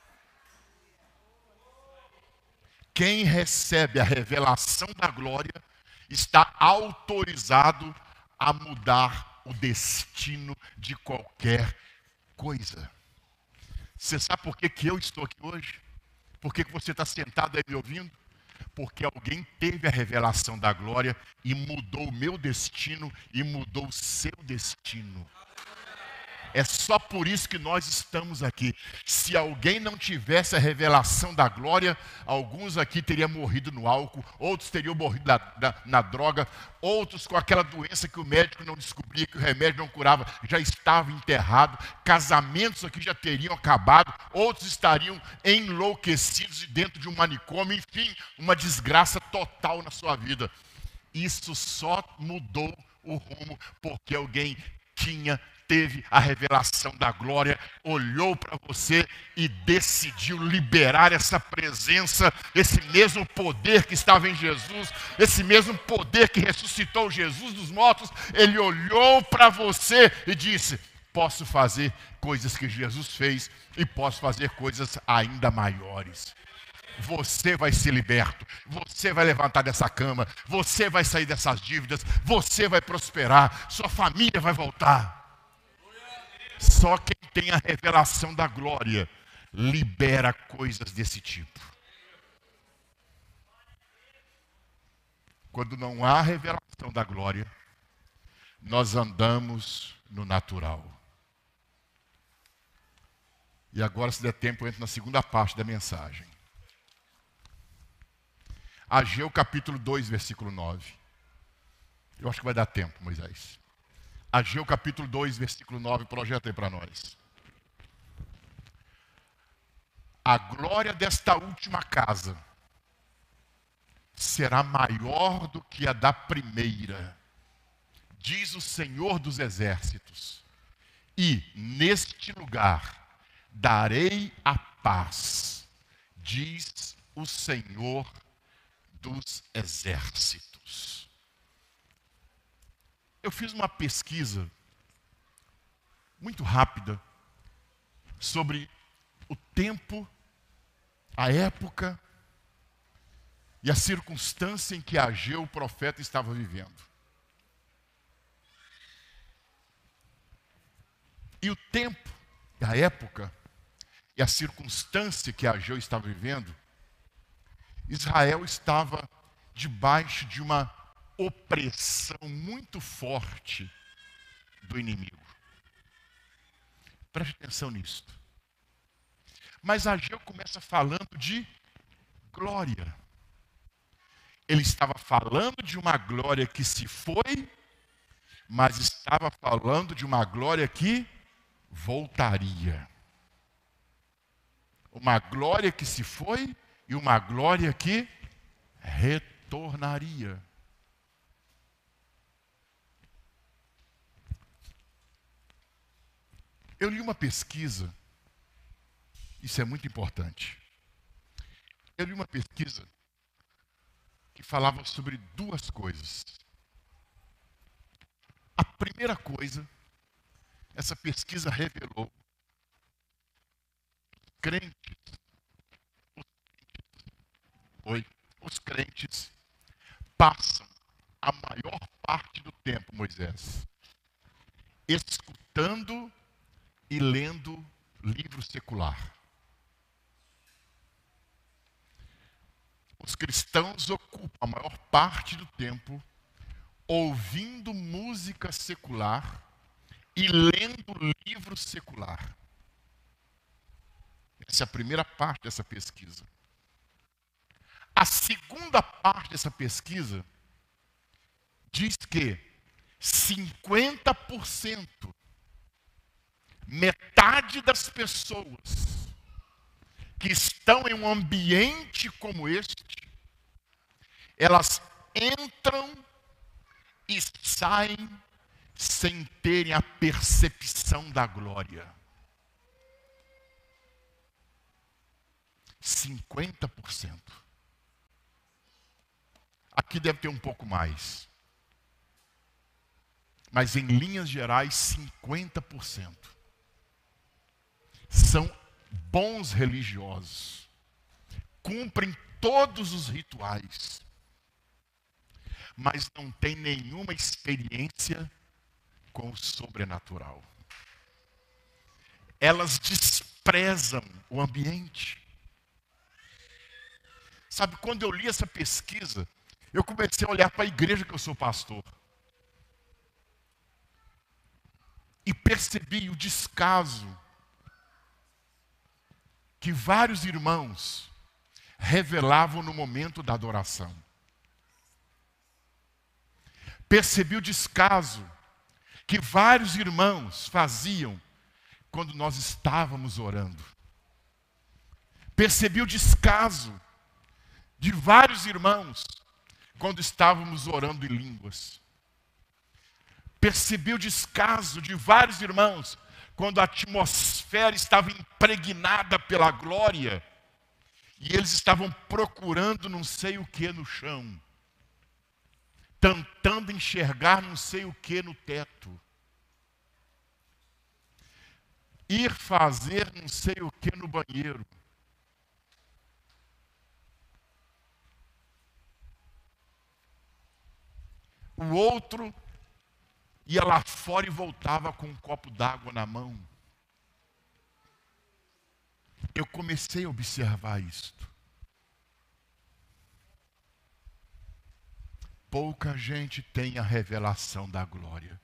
Quem recebe a revelação da glória está autorizado a mudar o destino de qualquer coisa. Você sabe por que eu estou aqui hoje? Por que você está sentado aí me ouvindo? Porque alguém teve a revelação da glória e mudou o meu destino e mudou o seu destino. É só por isso que nós estamos aqui. Se alguém não tivesse a revelação da glória, alguns aqui teriam morrido no álcool, outros teriam morrido na droga, outros com aquela doença que o médico não descobria, que o remédio não curava, já estava enterrado, casamentos aqui já teriam acabado, outros estariam enlouquecidos e dentro de um manicômio, enfim, uma desgraça total na sua vida. isso só mudou o rumo porque alguém teve a revelação da glória, olhou para você e decidiu liberar essa presença, esse mesmo poder que estava em Jesus, esse mesmo poder que ressuscitou Jesus dos mortos. Ele olhou para você e disse: posso fazer coisas que Jesus fez e posso fazer coisas ainda maiores. Você vai ser liberto, você vai levantar dessa cama, você vai sair dessas dívidas, você vai prosperar, sua família vai voltar. Só quem tem a revelação da glória libera coisas desse tipo. Quando não há revelação da glória, nós andamos no natural. E agora, se der tempo, eu entro na segunda parte da mensagem. Ageu capítulo 2, versículo 9. Eu acho que vai dar tempo, Moisés. Ageu capítulo 2, versículo 9, projeta aí para nós. A glória desta última casa será maior do que a da primeira, diz o Senhor dos Exércitos, e neste lugar darei a paz, diz o Senhor dos Exércitos. Eu fiz uma pesquisa muito rápida sobre o tempo, a época e a circunstância em que Ageu, o profeta, estava vivendo. E o tempo, a época e a circunstância que Ageu estava vivendo, Israel estava debaixo de uma opressão muito forte do inimigo. Preste atenção nisso. Mas Ageu começa falando de glória. Ele estava falando de uma glória que se foi, mas estava falando de uma glória que voltaria. Uma glória que se foi e uma glória que retornaria. Eu li uma pesquisa, isso é muito importante. Eu li uma pesquisa que falava sobre duas coisas. A primeira coisa, essa pesquisa revelou os crentes passam a maior parte do tempo, Moisés, escutando e lendo livro secular. Os cristãos ocupam a maior parte do tempo ouvindo música secular e lendo livro secular. Essa é a primeira parte dessa pesquisa. A segunda parte dessa pesquisa diz que 50%, metade das pessoas que estão em um ambiente como este, elas entram e saem sem terem a percepção da glória. 50%. Aqui deve ter um pouco mais. Mas em linhas gerais, 50%. São bons religiosos. Cumprem todos os rituais. Mas não têm nenhuma experiência com o sobrenatural. Elas desprezam o ambiente. Sabe, quando eu li essa pesquisa, eu comecei a olhar para a igreja que eu sou pastor. E percebi o descaso que vários irmãos revelavam no momento da adoração. Percebi o descaso que vários irmãos faziam quando nós estávamos orando. Percebi o descaso de vários irmãos quando estávamos orando em línguas. Percebi o descaso de vários irmãos, quando a atmosfera estava impregnada pela glória, e eles estavam procurando não sei o que no chão, tentando enxergar não sei o que no teto, ir fazer não sei o que no banheiro. O outro ia lá fora e voltava com um copo d'água na mão. Eu comecei a observar isto. Pouca gente tem a revelação da glória.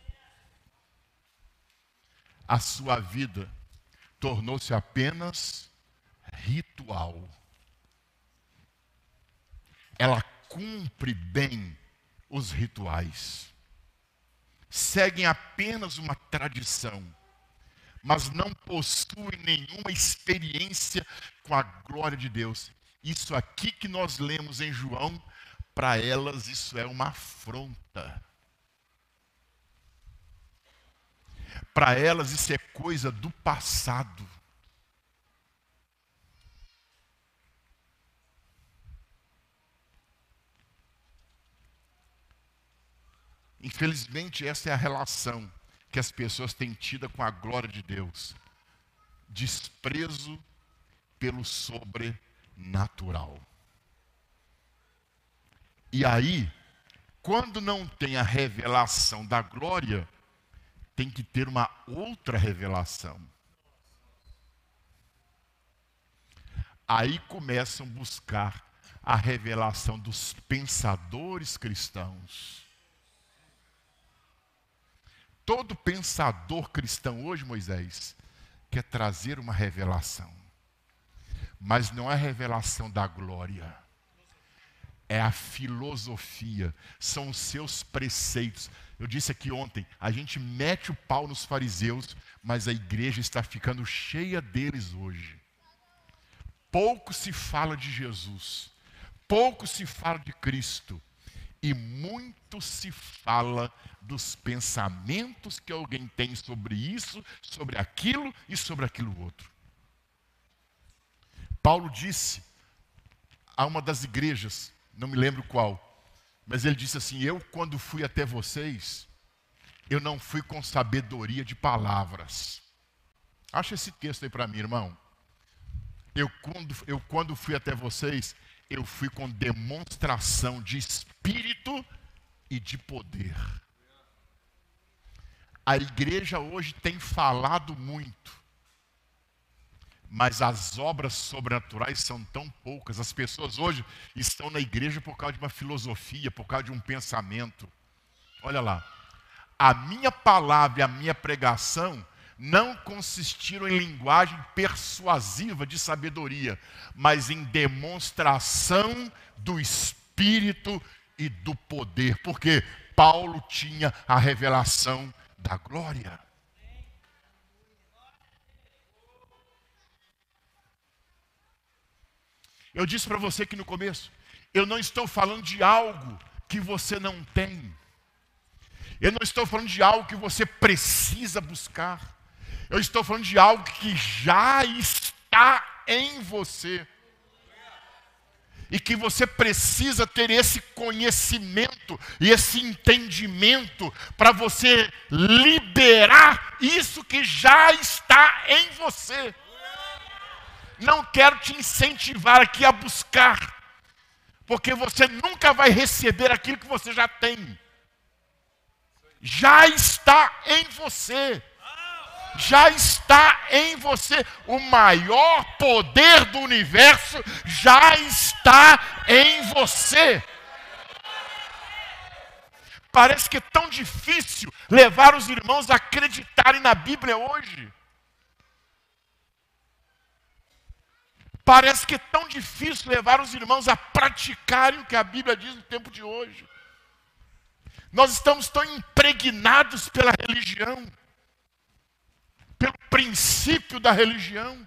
A sua vida tornou-se apenas ritual. Ela cumpre bem os rituais. Seguem apenas uma tradição, mas não possuem nenhuma experiência com a glória de Deus. Isso aqui que nós lemos em João, para elas isso é uma afronta. Para elas isso é coisa do passado. Infelizmente, essa é a relação que as pessoas têm tido com a glória de Deus. Desprezo pelo sobrenatural. E aí, quando não tem a revelação da glória, tem que ter uma outra revelação. Aí começam a buscar a revelação dos pensadores cristãos. Todo pensador cristão hoje, Moisés, quer trazer uma revelação. Mas não é a revelação da glória. É a filosofia. São os seus preceitos. Eu disse aqui ontem, a gente mete o pau nos fariseus, mas a igreja está ficando cheia deles hoje. Pouco se fala de Jesus. Pouco se fala de Cristo. E muito se fala dos pensamentos que alguém tem sobre isso, sobre aquilo e sobre aquilo outro. Paulo disse a uma das igrejas, não me lembro qual, mas ele disse assim: eu quando fui até vocês, eu não fui com sabedoria de palavras. Acha esse texto aí para mim, irmão. Eu quando fui até vocês, eu fui com demonstração de espírito e de poder. A igreja hoje tem falado muito, mas as obras sobrenaturais são tão poucas. As pessoas hoje estão na igreja por causa de uma filosofia, por causa de um pensamento. Olha lá, a minha palavra e a minha pregação não consistiram em linguagem persuasiva de sabedoria, mas em demonstração do Espírito e do poder, porque Paulo tinha a revelação da glória. Eu disse para você aqui no começo, eu não estou falando de algo que você não tem. Eu não estou falando de algo que você precisa buscar. Eu estou falando de algo que já está em você. E que você precisa ter esse conhecimento e esse entendimento para você liberar isso que já está em você. Não quero te incentivar aqui a buscar, porque você nunca vai receber aquilo que você já tem. Já está em você. Já está em você. O maior poder do universo já está em você. Parece que é tão difícil levar os irmãos a acreditarem na Bíblia hoje. Parece que é tão difícil levar os irmãos a praticarem o que a Bíblia diz no tempo de hoje. Nós estamos tão impregnados pela religião, pelo princípio da religião.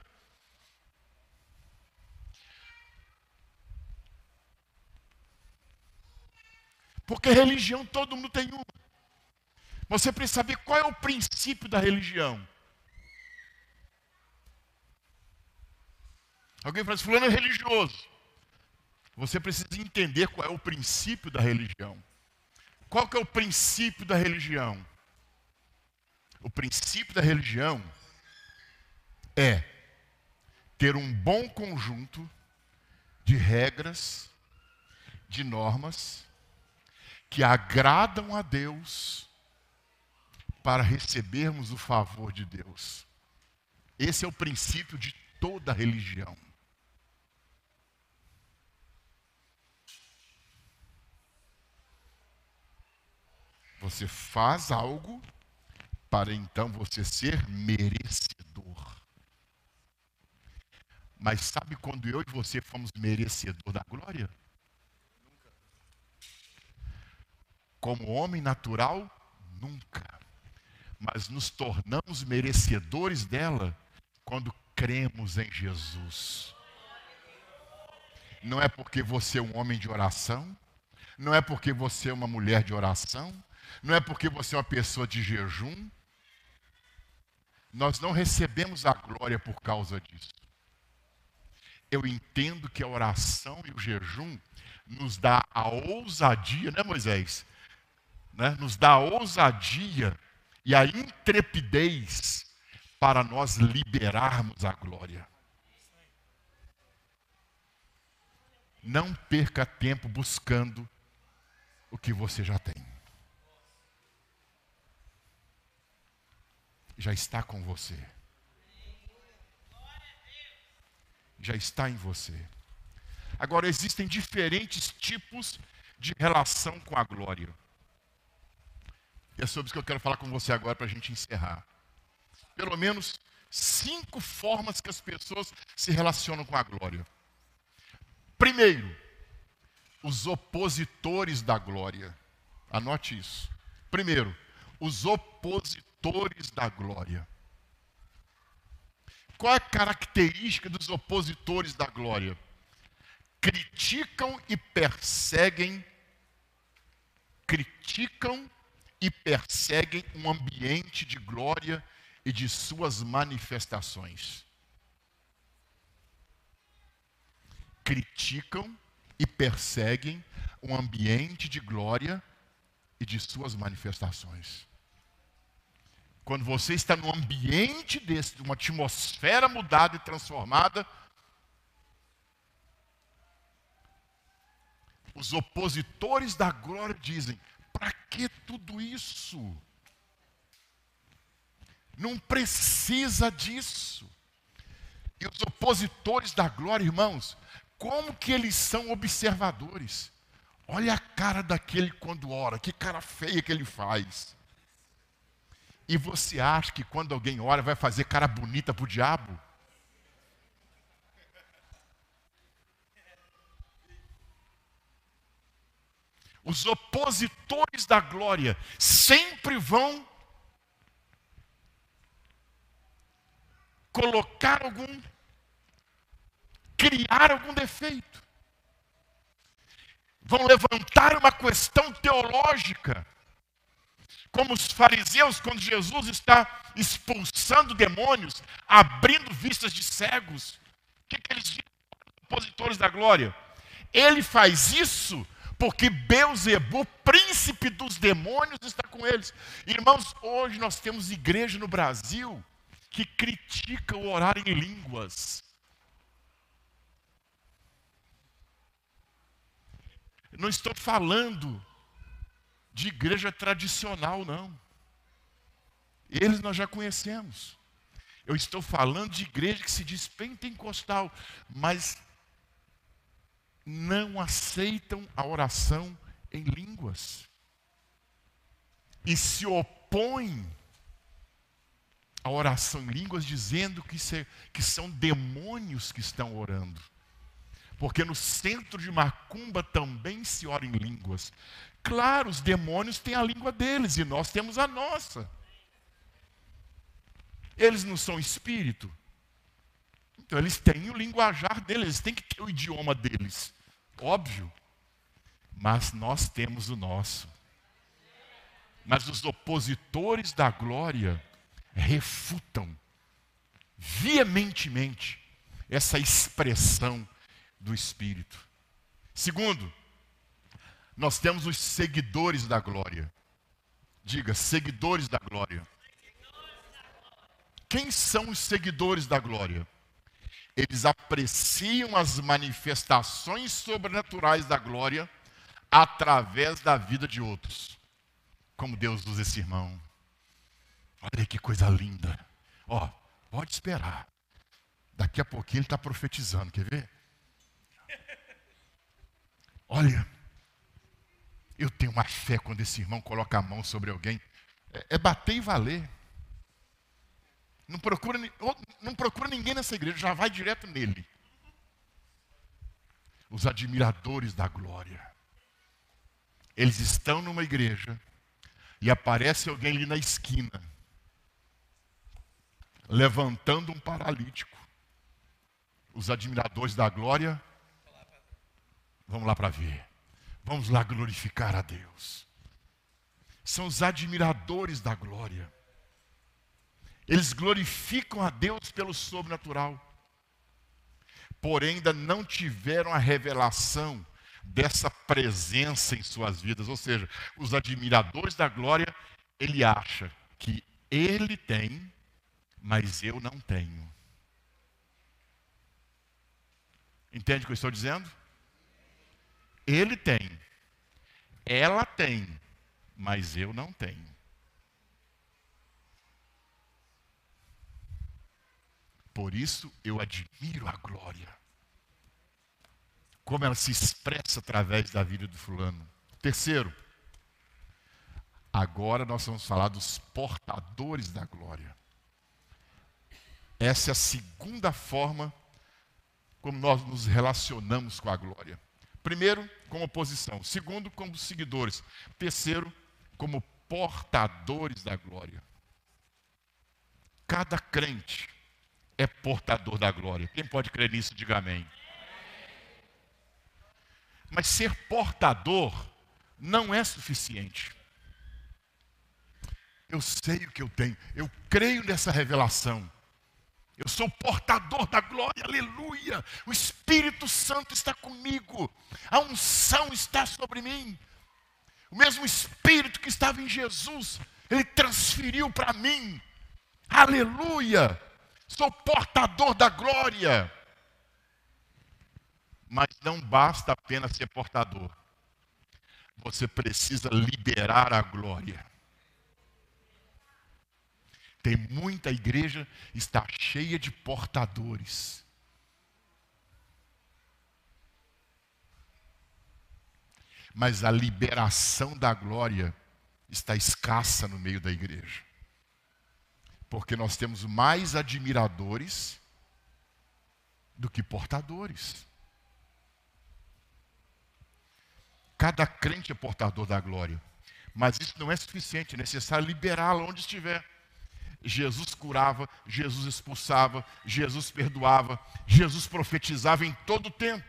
Porque religião todo mundo tem uma. Você precisa saber qual é o princípio da religião. Alguém fala assim, fulano é religioso. Você precisa entender qual é o princípio da religião. Qual que é o princípio da religião? O princípio da religião é ter um bom conjunto de regras, de normas, que agradam a Deus para recebermos o favor de Deus. Esse é o princípio de toda religião. Você faz algo para então você ser merecedor. Mas sabe quando eu e você fomos merecedor da glória? Como homem natural, nunca. Mas nos tornamos merecedores dela quando cremos em Jesus. Não é porque você é um homem de oração, não é porque você é uma mulher de oração, não é porque você é uma pessoa de jejum. Nós não recebemos a glória por causa disso. Eu entendo que a oração e o jejum nos dá a ousadia, né, Moisés? Nos dá a ousadia e a intrepidez para nós liberarmos a glória. Não perca tempo buscando o que você já tem. Já está com você. Já está em você. Agora, existem diferentes tipos de relação com a glória. E é sobre isso que eu quero falar com você agora para a gente encerrar. Pelo menos 5 formas que as pessoas se relacionam com a glória. Primeiro, os opositores da glória. Anote isso. Primeiro, os opositores da glória. Qual é a característica dos opositores da glória? Criticam e perseguem um ambiente de glória e de suas manifestações. Criticam e perseguem um ambiente de glória e de suas manifestações. Quando você está num ambiente desse, de uma atmosfera mudada e transformada, os opositores da glória dizem, para que tudo isso? Não precisa disso. E os opositores da glória, irmãos, como que eles são observadores? Olha a cara daquele quando ora, que cara feia que ele faz. E você acha que quando alguém ora vai fazer cara bonita para o diabo? Os opositores da glória sempre vão criar algum defeito. Vão levantar uma questão teológica. Como os fariseus, quando Jesus está expulsando demônios, abrindo vistas de cegos. O que eles dizem, os opositores da glória? Ele faz isso porque Beelzebu, príncipe dos demônios, está com eles. Irmãos, hoje nós temos igreja no Brasil que critica o orar em línguas. Não estou falando de igreja tradicional, não. Eles nós já conhecemos. Eu estou falando de igreja que se diz pentecostal, mas não aceitam a oração em línguas. E se opõem à oração em línguas, dizendo que são demônios que estão orando. Porque no centro de Macumba também se ora em línguas. Claro, os demônios têm a língua deles e nós temos a nossa. Eles não são espírito. Então eles têm o linguajar deles, eles têm que ter o idioma deles. Óbvio. Mas nós temos o nosso. Mas os opositores da glória refutam veementemente essa expressão do Espírito. Segundo, nós temos os seguidores da glória. Diga, seguidores da glória. Quem são os seguidores da glória? Eles apreciam as manifestações sobrenaturais da glória através da vida de outros. Como Deus usa esse irmão. Olha que coisa linda. Ó, pode esperar. Daqui a pouquinho ele está profetizando, quer ver? Olha, eu tenho uma fé quando esse irmão coloca a mão sobre alguém. É bater e valer. Não procura ninguém nessa igreja, já vai direto nele. Os admiradores da glória. Eles estão numa igreja e aparece alguém ali na esquina, levantando um paralítico. Os admiradores da glória, vamos lá para ver. Vamos lá glorificar a Deus. São os admiradores da glória. Eles glorificam a Deus pelo sobrenatural. Porém, ainda não tiveram a revelação dessa presença em suas vidas. Ou seja, os admiradores da glória, ele acha que ele tem, mas eu não tenho. Entende o que eu estou dizendo? Ele tem, ela tem, mas eu não tenho. Por isso eu admiro a glória. Como ela se expressa através da vida do fulano. Terceiro, agora nós vamos falar dos portadores da glória. Essa é a segunda forma como nós nos relacionamos com a glória. Primeiro, como oposição. Segundo, como seguidores. Terceiro, como portadores da glória. Cada crente é portador da glória. Quem pode crer nisso, diga amém. Mas ser portador não é suficiente. Eu sei o que eu tenho. Eu creio nessa revelação. Eu sou portador da glória, aleluia. O Espírito Santo está comigo. A unção está sobre mim. O mesmo Espírito que estava em Jesus, Ele transferiu para mim. Aleluia. Sou portador da glória. Mas não basta apenas ser portador. Você precisa liberar a glória. Tem muita igreja, está cheia de portadores. Mas a liberação da glória está escassa no meio da igreja. Porque nós temos mais admiradores do que portadores. Cada crente é portador da glória. Mas isso não é suficiente, é necessário liberá-la onde estiver. Jesus curava, Jesus expulsava, Jesus perdoava, Jesus profetizava em todo o tempo.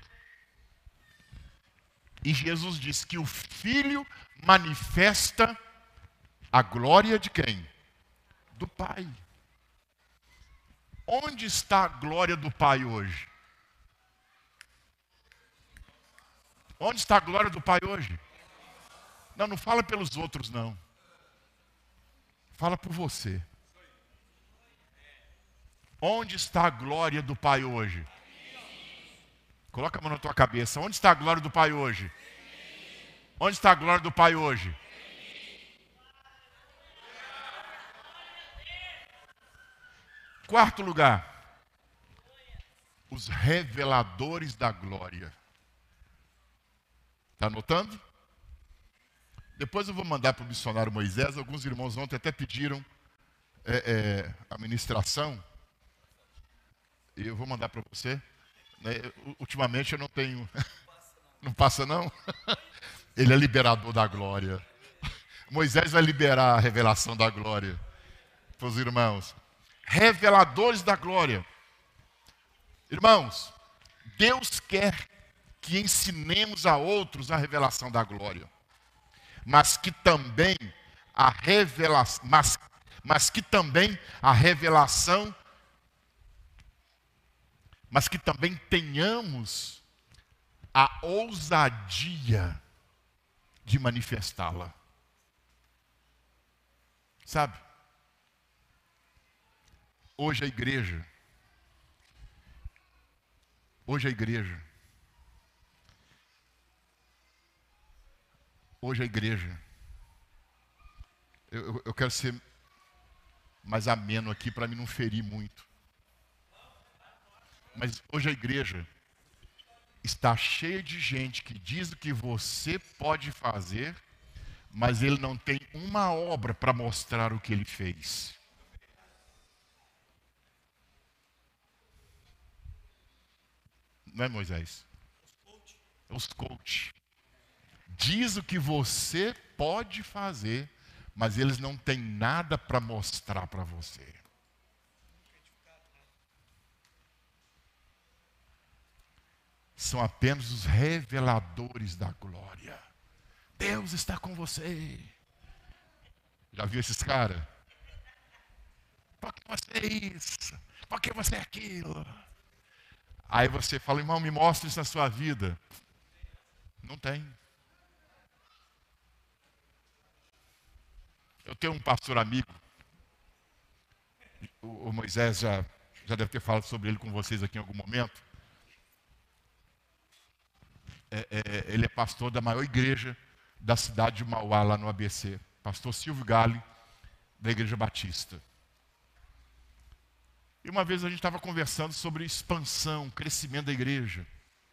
E Jesus diz que o Filho manifesta a glória de quem? Do Pai. Onde está a glória do Pai hoje? Onde está a glória do Pai hoje? Não fala pelos outros, não. Fala por você. Onde está a glória do Pai hoje? Coloca a mão na tua cabeça. Onde está a glória do Pai hoje? Onde está a glória do Pai hoje? Quarto lugar, os reveladores da glória. Está anotando? Depois eu vou mandar para o missionário Moisés. Alguns irmãos ontem até pediram a ministração. E eu vou mandar para você. Ultimamente eu não tenho. Não passa não? Ele é liberador da glória. Moisés vai liberar a revelação da glória para os irmãos. Reveladores da glória. Irmãos, Deus quer que ensinemos a outros a revelação da glória, mas que também a revelação, mas que também a revelação, mas que também tenhamos a ousadia de manifestá-la. Sabe? Hoje a igreja, eu quero ser mais ameno aqui para mim não ferir muito. Mas hoje a igreja está cheia de gente que diz o que você pode fazer, mas ele não tem uma obra para mostrar o que ele fez. Não é, Moisés? Os coach. Diz o que você pode fazer, mas eles não têm nada para mostrar para você. São apenas os reveladores da glória. Deus está com você. Já viu esses caras? Por que você é isso? Por que você é aquilo? Aí você fala, irmão, me mostra isso na sua vida. Não tem. Eu tenho um pastor amigo, o Moisés já deve ter falado sobre ele com vocês aqui em algum momento. Ele é pastor da maior igreja da cidade de Mauá, lá no ABC. Pastor Silvio Gale, da Igreja Batista. E uma vez a gente estava conversando sobre expansão, crescimento da igreja.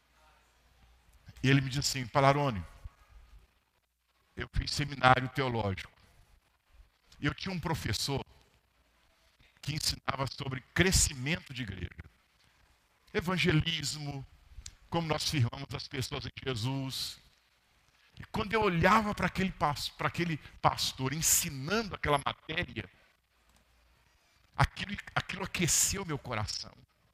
E ele me disse assim, Palarone, eu fiz seminário teológico. E eu tinha um professor que ensinava sobre crescimento de igreja. Evangelismo, como nós firmamos as pessoas em Jesus. E quando eu olhava para aquele pastor ensinando aquela matéria, aquilo aqueceu meu coração.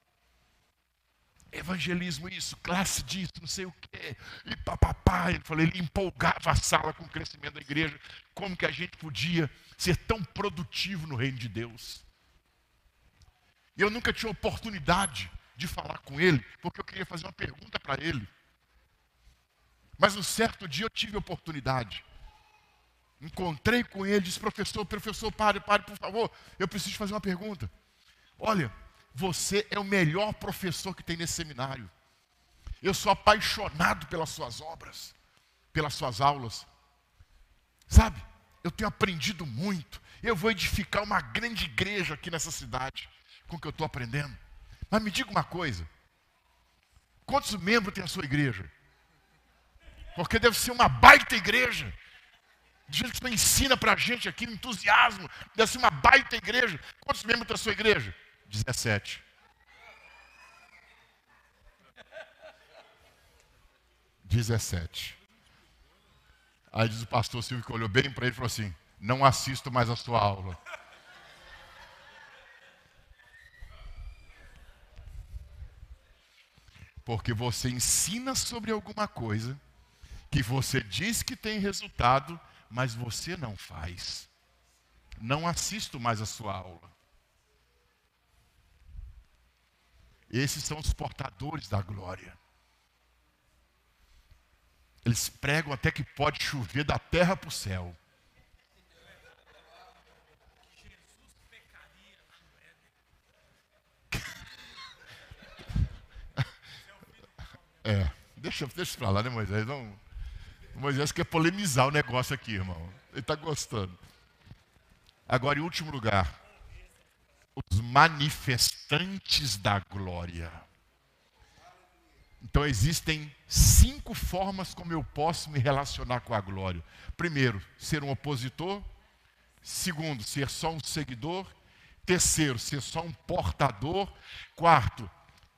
Evangelismo isso, classe disso, não sei o quê. E papapá, ele empolgava a sala com o crescimento da igreja. Como que a gente podia ser tão produtivo no reino de Deus? E eu nunca tinha oportunidade de falar com ele, porque eu queria fazer uma pergunta para ele. Mas um certo dia eu tive oportunidade. Encontrei com ele, disse, professor, pare, por favor, eu preciso fazer uma pergunta. Olha, você é o melhor professor que tem nesse seminário. Eu sou apaixonado pelas suas obras, pelas suas aulas. Sabe, eu tenho aprendido muito. Eu vou edificar uma grande igreja aqui nessa cidade, com o que eu estou aprendendo. Mas me diga uma coisa, quantos membros tem a sua igreja? Porque deve ser uma baita igreja. Do jeito que você ensina para a gente aqui, entusiasmo, deve ser uma baita igreja. Quantos membros tem a sua igreja? 17. 17. Aí diz o pastor Silvio que olhou bem para ele e falou assim, não assisto mais a sua aula. Porque você ensina sobre alguma coisa que você diz que tem resultado, mas você não faz. Não assisto mais a sua aula. Esses são os portadores da glória. Eles pregam até que pode chover da terra para o céu. Deixa eu falar, né, Moisés? Não, Moisés quer polemizar o negócio aqui, irmão. Ele está gostando. Agora, em último lugar, os manifestantes da glória. Então, existem 5 formas como eu posso me relacionar com a glória. Primeiro, ser um opositor. Segundo, ser só um seguidor. Terceiro, ser só um portador. Quarto,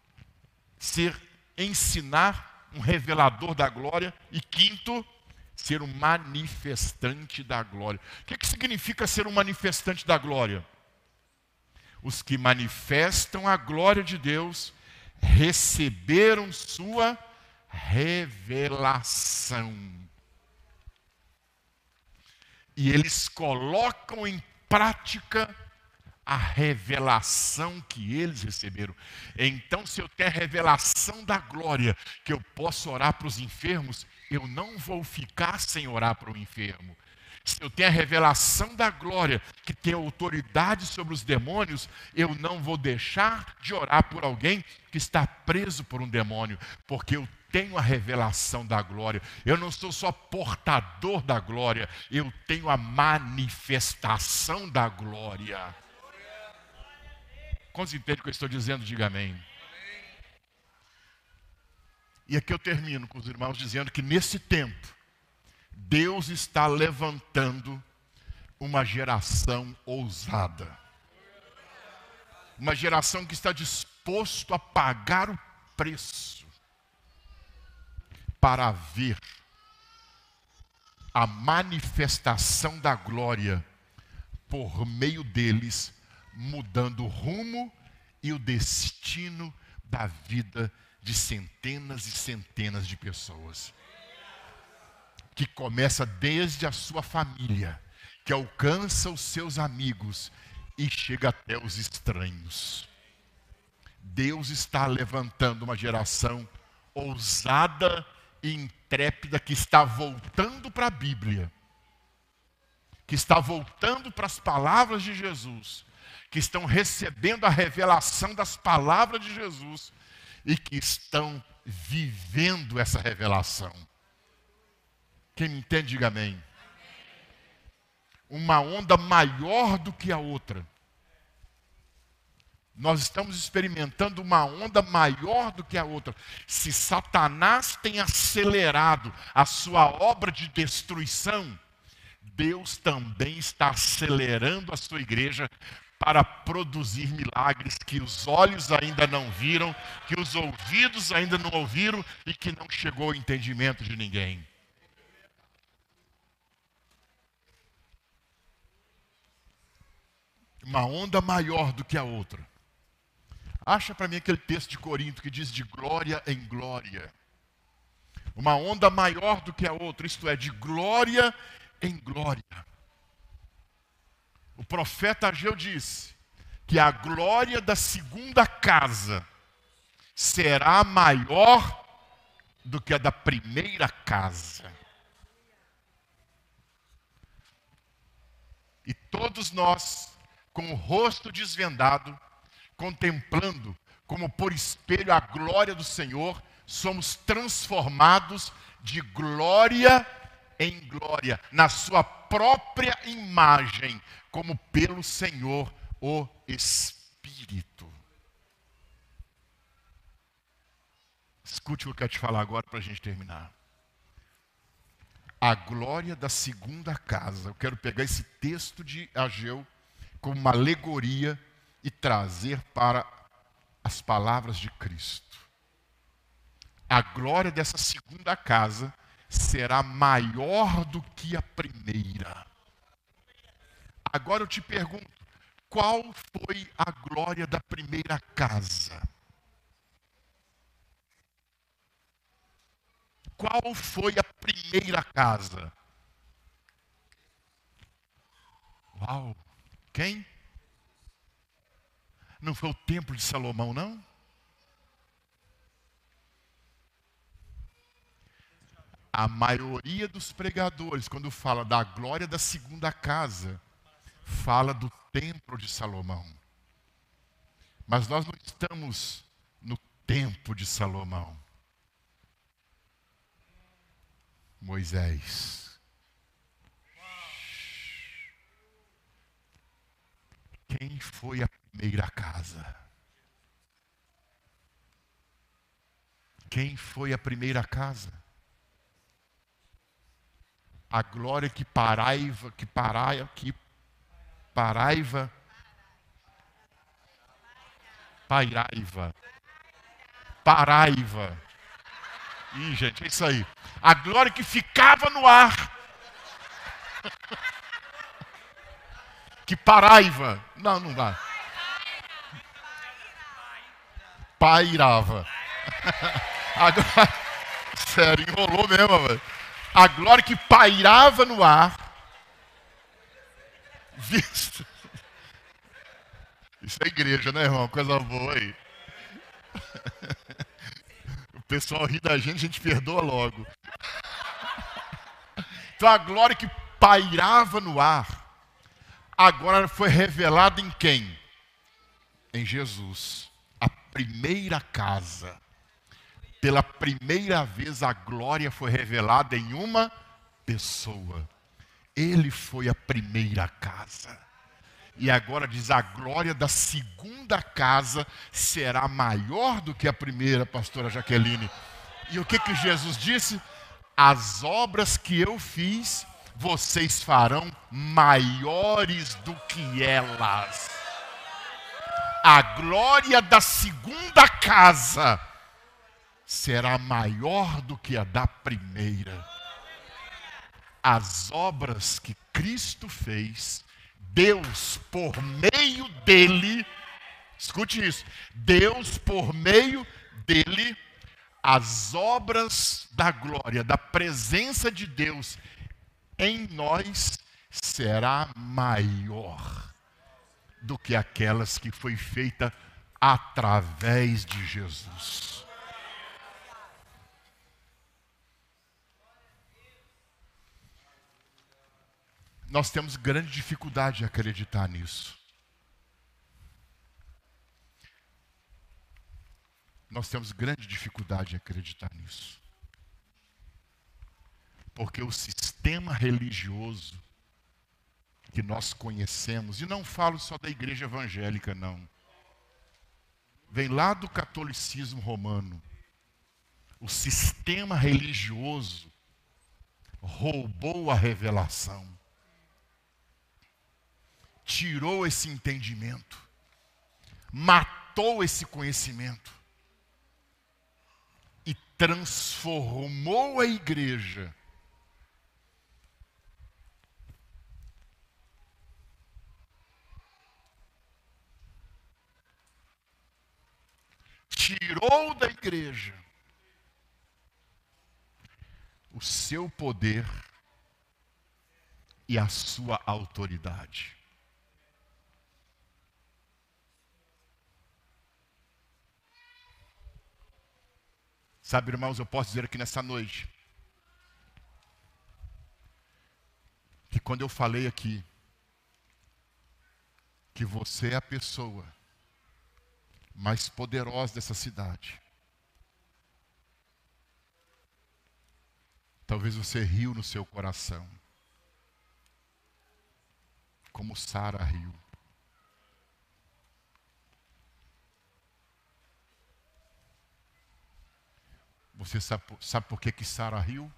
ensinar, um revelador da glória. E quinto, ser um manifestante da glória. O que significa ser um manifestante da glória? Os que manifestam a glória de Deus receberam sua revelação. E eles colocam em prática a revelação que eles receberam. Então, se eu tenho a revelação da glória, que eu posso orar para os enfermos, eu não vou ficar sem orar para o enfermo. Se eu tenho a revelação da glória, que tem autoridade sobre os demônios, eu não vou deixar de orar por alguém que está preso por um demônio, porque eu tenho a revelação da glória. Eu não sou só portador da glória, eu tenho a manifestação da glória. Quantos entendem o que eu estou dizendo? Diga amém. E aqui eu termino com os irmãos dizendo que nesse tempo, Deus está levantando uma geração ousada. Uma geração que está disposto a pagar o preço para ver a manifestação da glória por meio deles, mudando o rumo e o destino da vida de centenas e centenas de pessoas. Que começa desde a sua família, que alcança os seus amigos e chega até os estranhos. Deus está levantando uma geração ousada e intrépida que está voltando para a Bíblia, que está voltando para as palavras de Jesus, que estão recebendo a revelação das palavras de Jesus e que estão vivendo essa revelação. Quem me entende, diga amém. Uma onda maior do que a outra. Nós estamos experimentando uma onda maior do que a outra. Se Satanás tem acelerado a sua obra de destruição, Deus também está acelerando a sua igreja para produzir milagres que os olhos ainda não viram, que os ouvidos ainda não ouviram e que não chegou ao entendimento de ninguém. Uma onda maior do que a outra. Acha para mim aquele texto de Corinto que diz de glória em glória. Uma onda maior do que a outra, isto é, de glória em glória. O profeta Ageu disse que a glória da segunda casa será maior do que a da primeira casa. E todos nós, com o rosto desvendado, contemplando como por espelho a glória do Senhor, somos transformados de glória em glória, na sua própria imagem, como pelo Senhor, o Espírito. Escute o que eu quero te falar agora para a gente terminar. A glória da segunda casa. Eu quero pegar esse texto de Ageu como uma alegoria e trazer para as palavras de Cristo. A glória dessa segunda casa será maior do que a primeira. Agora eu te pergunto, qual foi a glória da primeira casa? Qual foi a primeira casa? Uau! Quem? Não foi o templo de Salomão, não? A maioria dos pregadores, quando fala da glória da segunda casa, fala do templo de Salomão. Mas nós não estamos no templo de Salomão. Moisés. Quem foi a primeira casa? Quem foi a primeira casa? A glória que pairava. Ih, gente, é isso aí. A glória que ficava no ar. Que paraiva. Não, não dá. Pairava. Agora, sério, enrolou mesmo, velho. A glória que pairava no ar, visto. Isso é igreja, né, irmão? Coisa boa aí. O pessoal ri da gente, a gente perdoa logo. Então a glória que pairava no ar, agora foi revelada em quem? Em Jesus. A primeira casa. Pela primeira vez a glória foi revelada em uma pessoa. Ele foi a primeira casa. E agora diz, a glória da segunda casa será maior do que a primeira, pastora Jaqueline. E o que Jesus disse? As obras que eu fiz, vocês farão maiores do que elas. A glória da segunda casa será maior do que a da primeira. As obras que Cristo fez, Deus por meio dele, escute isso, Deus por meio dele, as obras da glória, da presença de Deus em nós será maior do que aquelas que foi feita através de Jesus. Nós temos grande dificuldade de acreditar nisso. Nós temos grande dificuldade de acreditar nisso. Porque o sistema religioso que nós conhecemos, e não falo só da igreja evangélica, não. Vem lá do catolicismo romano. O sistema religioso roubou a revelação. Tirou esse entendimento. Matou esse conhecimento. E transformou a igreja tirou da igreja o seu poder e a sua autoridade. Sabe, irmãos, eu posso dizer aqui nessa noite que quando eu falei aqui que você é a pessoa mais poderosa dessa cidade, talvez você riu no seu coração, como Sara riu. Você sabe por que Sara riu?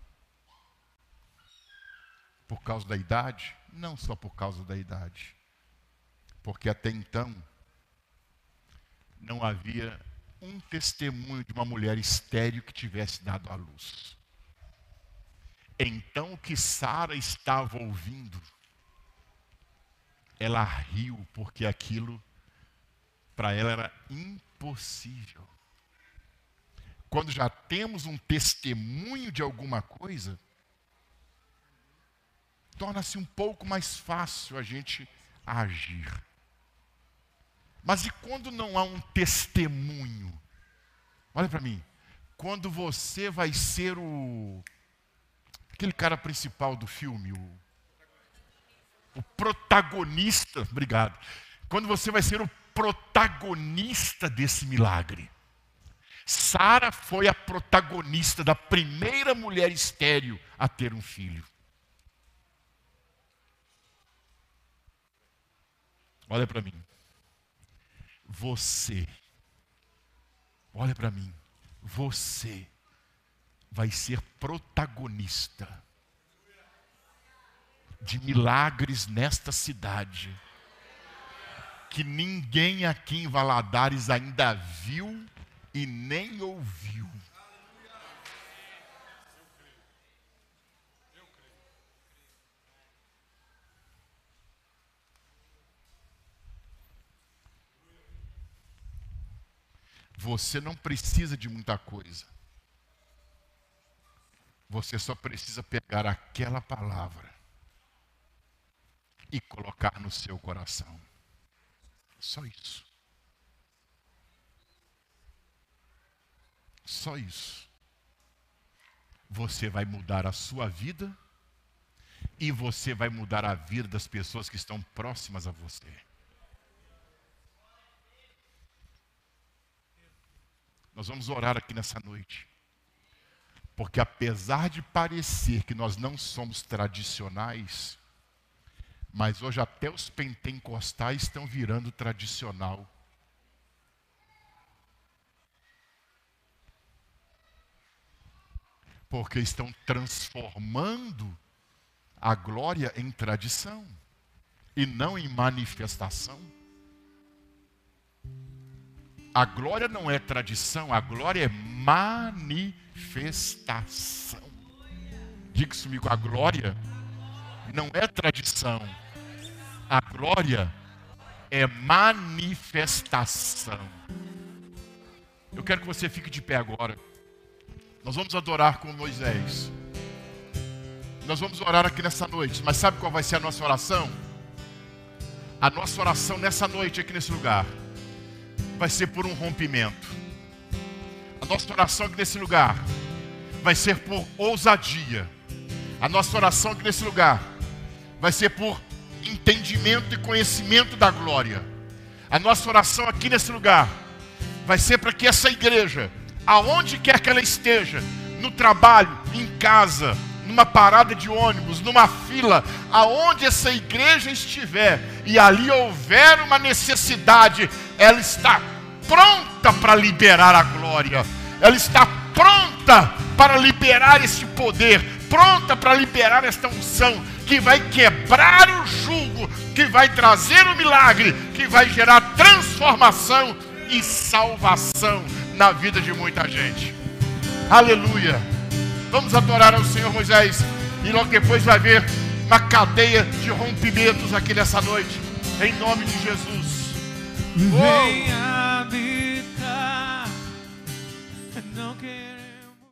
Por causa da idade? Não só por causa da idade. Porque até então não havia um testemunho de uma mulher estéril que tivesse dado à luz. Então o que Sara estava ouvindo, ela riu, porque aquilo para ela era impossível. Quando já temos um testemunho de alguma coisa, torna-se um pouco mais fácil a gente agir. Mas e quando não há um testemunho? Olha para mim. Quando você vai ser aquele cara principal do filme, o protagonista, obrigado. Quando você vai ser o protagonista desse milagre. Sara foi a protagonista da primeira mulher estéril a ter um filho. Olha para mim. Você, olha para mim, você vai ser protagonista de milagres nesta cidade que ninguém aqui em Valadares ainda viu e nem ouviu. Você não precisa de muita coisa. Você só precisa pegar aquela palavra e colocar no seu coração. Só isso. Só isso. Você vai mudar a sua vida e você vai mudar a vida das pessoas que estão próximas a você. Nós vamos orar aqui nessa noite. Porque apesar de parecer que nós não somos tradicionais, mas hoje até os pentecostais estão virando tradicional. Porque estão transformando a glória em tradição e não em manifestação. A glória não é tradição, a glória é manifestação. Diga isso comigo, a glória não é tradição, a glória é manifestação. Eu quero que você fique de pé agora. Nós vamos adorar com Moisés. Nós vamos orar aqui nessa noite. Mas sabe qual vai ser a nossa oração? A nossa oração nessa noite aqui nesse lugar vai ser por um rompimento. A nossa oração aqui nesse lugar vai ser por ousadia. A nossa oração aqui nesse lugar vai ser por entendimento e conhecimento da glória. A nossa oração aqui nesse lugar vai ser para que essa igreja, aonde quer que ela esteja, no trabalho, em casa, numa parada de ônibus, numa fila, aonde essa igreja estiver e ali houver uma necessidade, ela está pronta para liberar a glória. Ela está pronta para liberar esse poder, pronta para liberar esta unção que vai quebrar o jugo, que vai trazer o milagre, que vai gerar transformação e salvação na vida de muita gente. Aleluia. Vamos adorar ao Senhor, Moisés, e logo depois vai haver uma cadeia de rompimentos aqui nessa noite, em nome de Jesus. Vem habitar, não quero